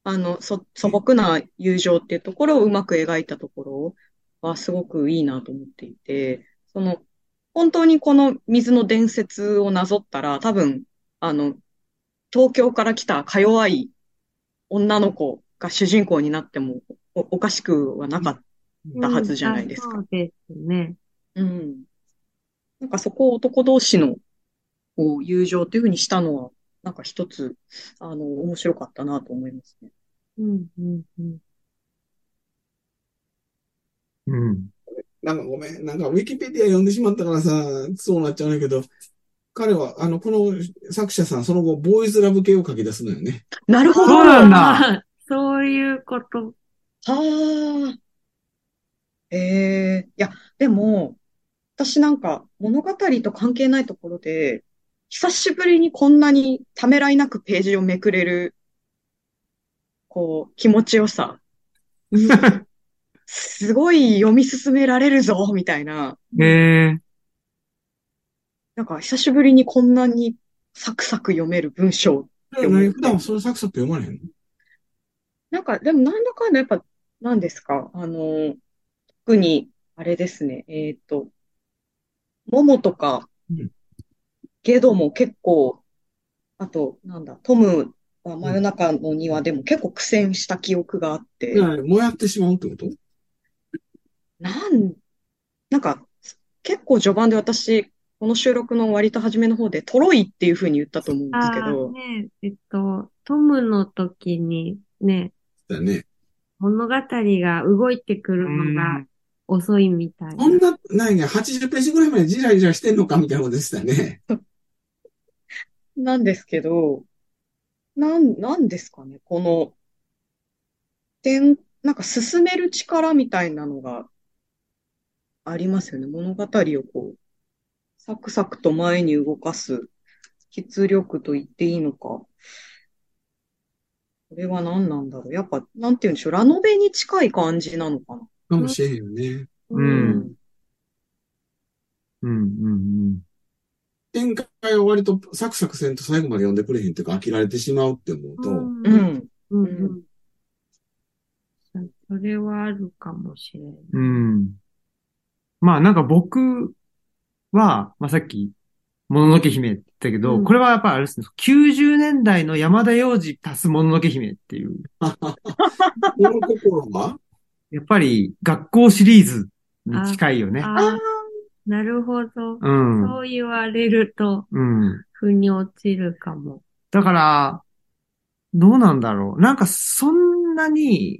あの、そ、素朴な友情っていうところをうまく描いたところはすごくいいなと思っていて、その、本当にこの水の伝説をなぞったら、多分、あの、東京から来たか弱い女の子が主人公になってもお、おかしくはなかったはうん、 ずじゃなあ、 いですか。 そうですね。 うん。なんかそこを男同士のこう友情というふうにしたのは、なんか一つ、あの、面白かったなと思いますね。 うん、うん、うん。 うん。 なんかごめん。なんかウィキペディア読んでしまったからさ、そうなっちゃうんだけど、彼は、あの、この作者さん、その後、ボーイズラブ系を書き出すのよね。 なるほど。 そうなんだ。 あーそういうこと。 はあ。ええ、いや、でも、私なんか物語と関係ないところで、久しぶりにこんなにためらいなくページをめくれる、こう、気持ちよさ。すごい読み進められるぞ、みたいな。 へえ。 なんか久しぶりにこんなにサクサク読める文章って思っ何普段はて。 そのサクサク読まれへんの？ なんか、でもなんだかんだやっぱ、何ですかあの、特に、あれですね。えっと、モモとか、 うん。 ゲドも結構、あと、なんだ、トムは真夜うん。 中の庭でも結構苦戦した記憶があって、 じゃあ、もやってしまうってこと？ なん、なんか、結構序盤で私、この収録の割と初めの方でトロイっていう風に言ったと思うんですけああ、 ど、 ね、えっと、トムの時にね、 だね。 物語が動いてくうるのがん。 遅いみたいな。 そんな、ないね、はちじゅっページぐらいまでジラジラしてんのかみたいなことでしたね。 なんですけど、なん、なんですかね、この、点、なんか進める力みたいなのがありますよね。物語をこう、サクサクと前に動かす筆力と言っていいのか。これは何なんだろう。やっぱ、なんて言うんでしょう。ラノベに近い感じなのかな。 かもしれへんよね。 ううん。 ん。うん。うん。 展開は割とサクサクせんと最後まで読んでくれへんっていうか飽きられてしまうって思ううと、 ん。うん。 うん。 ううん。 ん。そそれはあるかもしれない。 うん。まあなんか僕は、まあさっき、もののけ姫って言ったけど、 うん。 これはやっぱりあれですね、きゅうじゅうねんだいの山田洋次足すもののけ姫っていう、 この心はやっぱり学校シリーズにあ、 近いよね。 ああ、 あ、なるほど。 うん。うそう言われると、 ん。 腑に落ちるかも。 だから、どうなんだろう。なんかそんなに、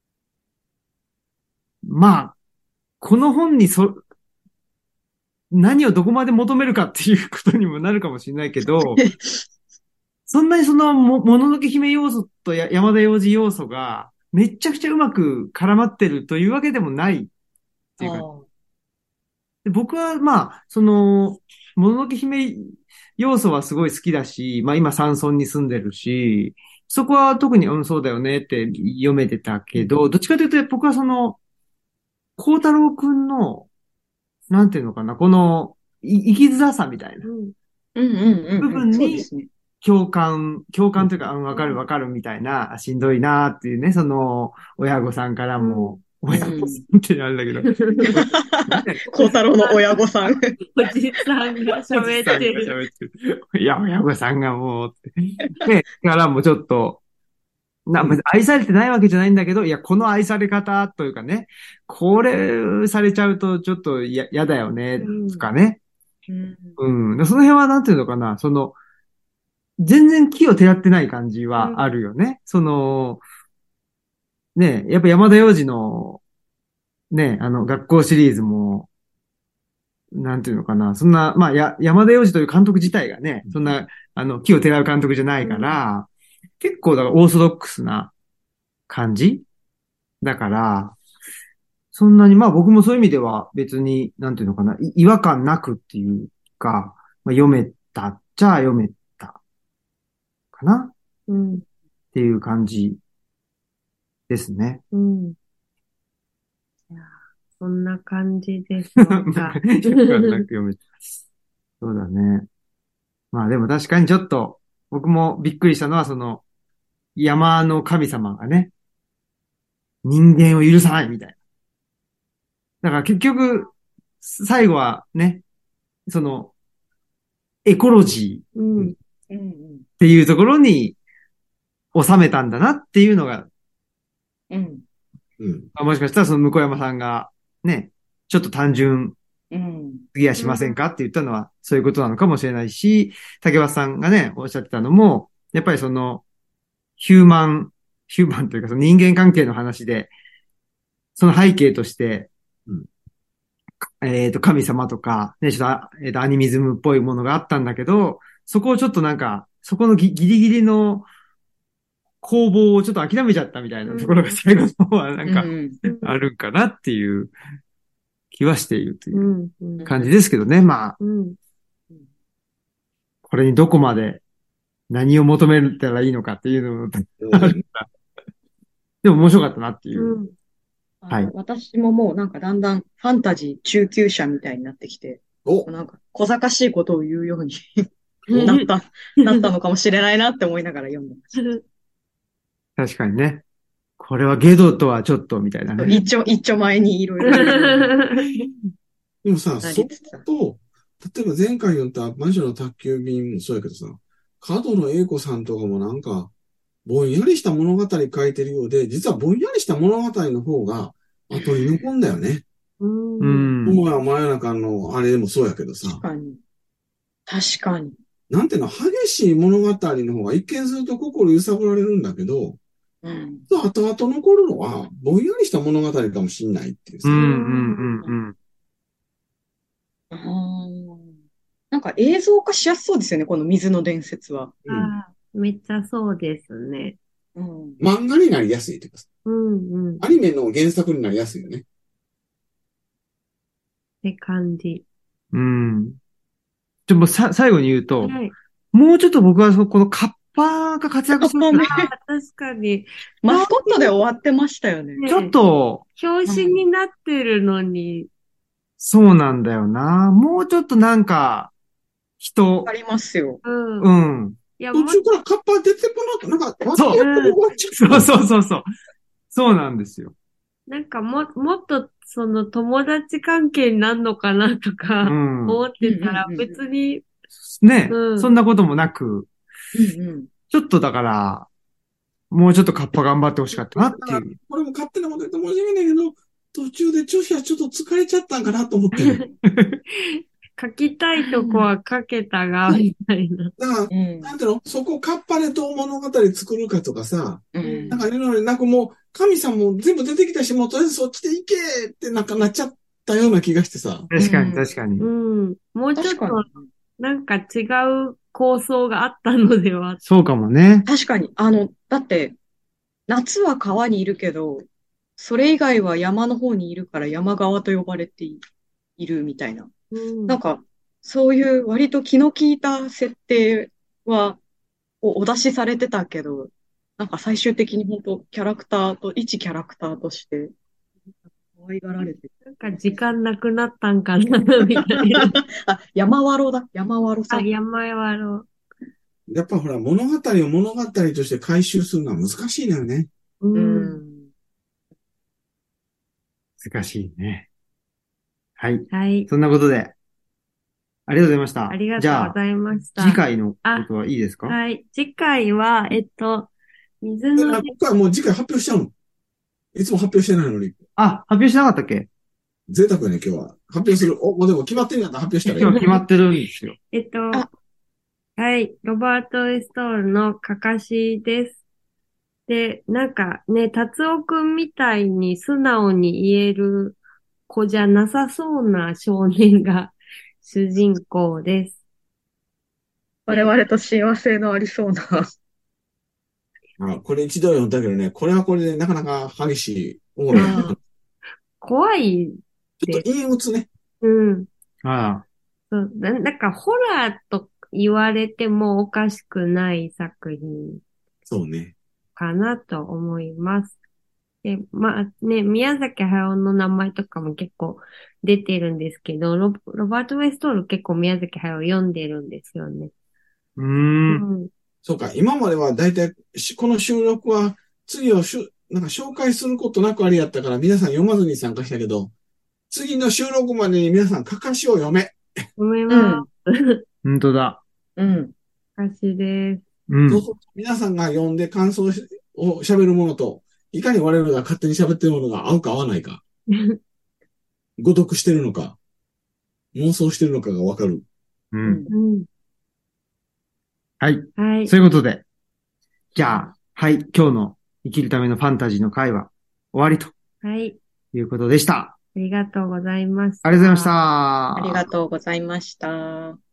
まあ、この本にそ、何をどこまで求めるかっていうことにもなるかもしれないけど、そんなにそのも、もののけ姫要素とや山田洋次要素がめっちゃくちゃうまく絡まってるというわけでもないっていうか、 あで僕はまあ、その、もののけ姫要素はすごい好きだし、まあ今山村に住んでるし、そこは特に、うん、そうだよねって読めてたけど、どっちかというと僕はその、孝太郎くんの、なんていうのかな、この、い生きづらさみたいなうん。 うんうんう部んうん。 分にそうですね。 共感、共感というか、うん、わかるわかるみたいな、あしんどいなっていうね、その、親御さんからも、 う親御さん。 んってあれだけど、 孝太郎の親御さん。 おじさんがおじさんが喋ってる。 喋ってる。いや、親御さんがもうって。で、からもちょっと、な、別に愛されてないわけじゃないんだけど、いや、この愛され方というかね、これされちゃうとちょっとや、やだよね、とかね。 うん。 うん。でその辺はなんていうのかな、その、全然木をてらってない感じはあるよね。その、ね、やっぱ山田洋次の、ね、あの、学校シリーズも、なんていうのかな、そんな、まあ、や、山田洋次という監督自体がね、そんな、あの、木をてらう監督じゃないから、結構、だからオーソドックスな感じだから、そんなに、まあ僕もそういう意味では別に、なんていうのかな、い違和感なくっていうか、まあ、読めたっちゃ読めたかなっうん。 ていう感じですね。 うん。いや、そんな感じでしょなんうか。 か違和感なく読めた。そうだね。まあでも確かにちょっと、僕もびっくりしたのは、その、 山の神様がね、人間を許さないみたいな。だから結局、最後はね、その、エコロジーっうん。 うんうん。 ていうところに収めたんだなっていうのが、 うん。 うん。 もしかしたらその向山さんがね、ちょっと単純うん。 すぎやしませんかって言ったのはそういうことなのかもしれないし、竹橋さんがね、おっしゃってたのも、やっぱりその、ヒューマン、ヒューマンというかその人間関係の話で、その背景として、 うんえっと、神様とか、ね、ちょっと、えっと、アニミズムっぽいものがあったんだけど、そこをちょっとなんか、そこのギギリギリの攻防をちょっと諦めちゃったみたいなところが最後の方はなんか、 うんあるんかなっていう気はしているといううん。うん。 感じですけどね。まあ、 うん。 これにどこまで何を求めたらいいのかっていうのも、 うんでも面白かったなっていうう。 ん。 はいあの私ももうなんかだんだんファンタジー中級者みたいになってきて、 お、 なんか小賢しいことを言うようにうんなった、なったのかもしれないなって思いながら読んでまし確かにね。これはゲドとはちょっとみたいなた。 ね。 一丁、一丁前にいろいろでもさ、 なそりつつある。 と、例えば前回言った魔女の宅急便もそうやけどさ、角野栄子さんとかもなんか、ぼんやりした物語書いてるようで、実はぼんやりした物語の方が後に残んだよね。 ううん。 ん。 友や真夜中のあれでもそうやけどさ確、かに。確かに。 なんていうの、激しい物語の方が一見すると心揺さぶられるんだけど、 うん。 後々残るのはぼんやりした物語かもしんないっていうさ。 うん、うん、うん、うん。 あーなんか映像化しやすそうですよね、この水の伝説は。 うんああ、めっちゃそうですね。 うん。 漫画になりやすいというかさ、 うんうん。っアニメの原作になりやすいよね。 て感じ。 うん。でもさ、最後に言うと、 はい。 もうちょっと僕はそのこのカッパが活躍するんだカッパねあ確かに。 マスコットで終わってましたよね。 ねちょっと、 表紙になってるのに、 そうなんだよな。もうちょっとなんか、人あ、りますよ。 うん。 ういん。 や、 途も中からカッパ出てこなく、なんか、 そう忘れて終わっちゃそうそうそうそう。そうなんですよ。 なんかも、もっと、その友達関係になるのかなとうか、 ん。 思ってたらうんうんうんうん別に、 ね、 うんそんなこともなく、 うんうん。 ちょっとだから、もうちょっとカッパ頑張ってほしかったなってだからいう。 これも勝手なこと言って申し訳ないけど、途中で著者ちょっと疲れちゃったんかなと思ってる。 書きたいとこは書けたが、みたいな。 だから、 うんなんていうの、そこカッパでどう物語作るかとかさ、 うんなんかいろいろなんかもう、神さんも全部出てきたし、もうとりあえずそっちで行けってなんかなっちゃったような気がしてさ。 確かにうん確かに。 うん。もうちょっと確か、に。 なんか違う構想があったのでは。 そうかもね。 確かに。あの、だって、夏は川にいるけど、それ以外は山の方にいるから山側と呼ばれていいるみたいな。 うん。 なんか、そういう割と気の利いた設定は、をお出しされてたけど、なんか最終的に本当キャラクターと、一キャラクターとして、可愛がられてる。 なんか時間なくなったんかな、みたいな。 あ、山わろだ。山わろさあ、 ん。 山やろやっぱほら、物語を物語として回収するのは難しいのよね。 う。 ううん。 ん。 難しいね。はい。 はい。 そんなことで、ありがとうございました。 ありがじゃあ、 とうございました。 次回のことはいいですか？ はい。次回は、えっと、水で、 のあ今回もう次回発表しちゃうの。いつも発表してないのに。 あ、発表しなかったっけ？ 贅沢よね、今日は。発表する。お、もうでも決まってんやったら発表したらいい今よ。 決まってるんですよ。 えっとあ、 はい。ロバート・エストールのかかしです。で、なんかね、達夫くんみたいに素直に言える子じゃなさそうな少年が主人公です。 我々と親和性のありそうな。 あ、これ一度読んだけどね、これはこれでなかなか激しい。おもろい。 あちょ怖い。 っと陰鬱ね。 うん。 ああ。 そうな、なんかホラーと言われてもおかしくない作品そうね。 かなと思います。で、まあね、宮崎駿の名前とかも結構出てるんですけど、ロ、ロバート・ウェストール結構宮崎駿読んでるんですよね。 うー。 うんん。 そうか、今まではだいたいこの収録は次をしゅなんか紹介することなくあれやったから皆さん読まずに参加したけど、次の収録までに皆さん、かかしを読め。 読めます。 本当だ。 うん。 歌詞です。 うん。 そうすると皆さんが読んで感想を喋るものと、いかに我々が勝手に喋ってるものが合うか合わないか、誤読してるのか、妄想してるのかがわかる。 う。 うんん。 うん。 はい。 はい。 そういうことで。じゃあ、はい。今日の生きるためのファンタジーの会は終わりとはい。 いうことでした。 ありがとうございました。 ありがとうございました。 ありがとうございました。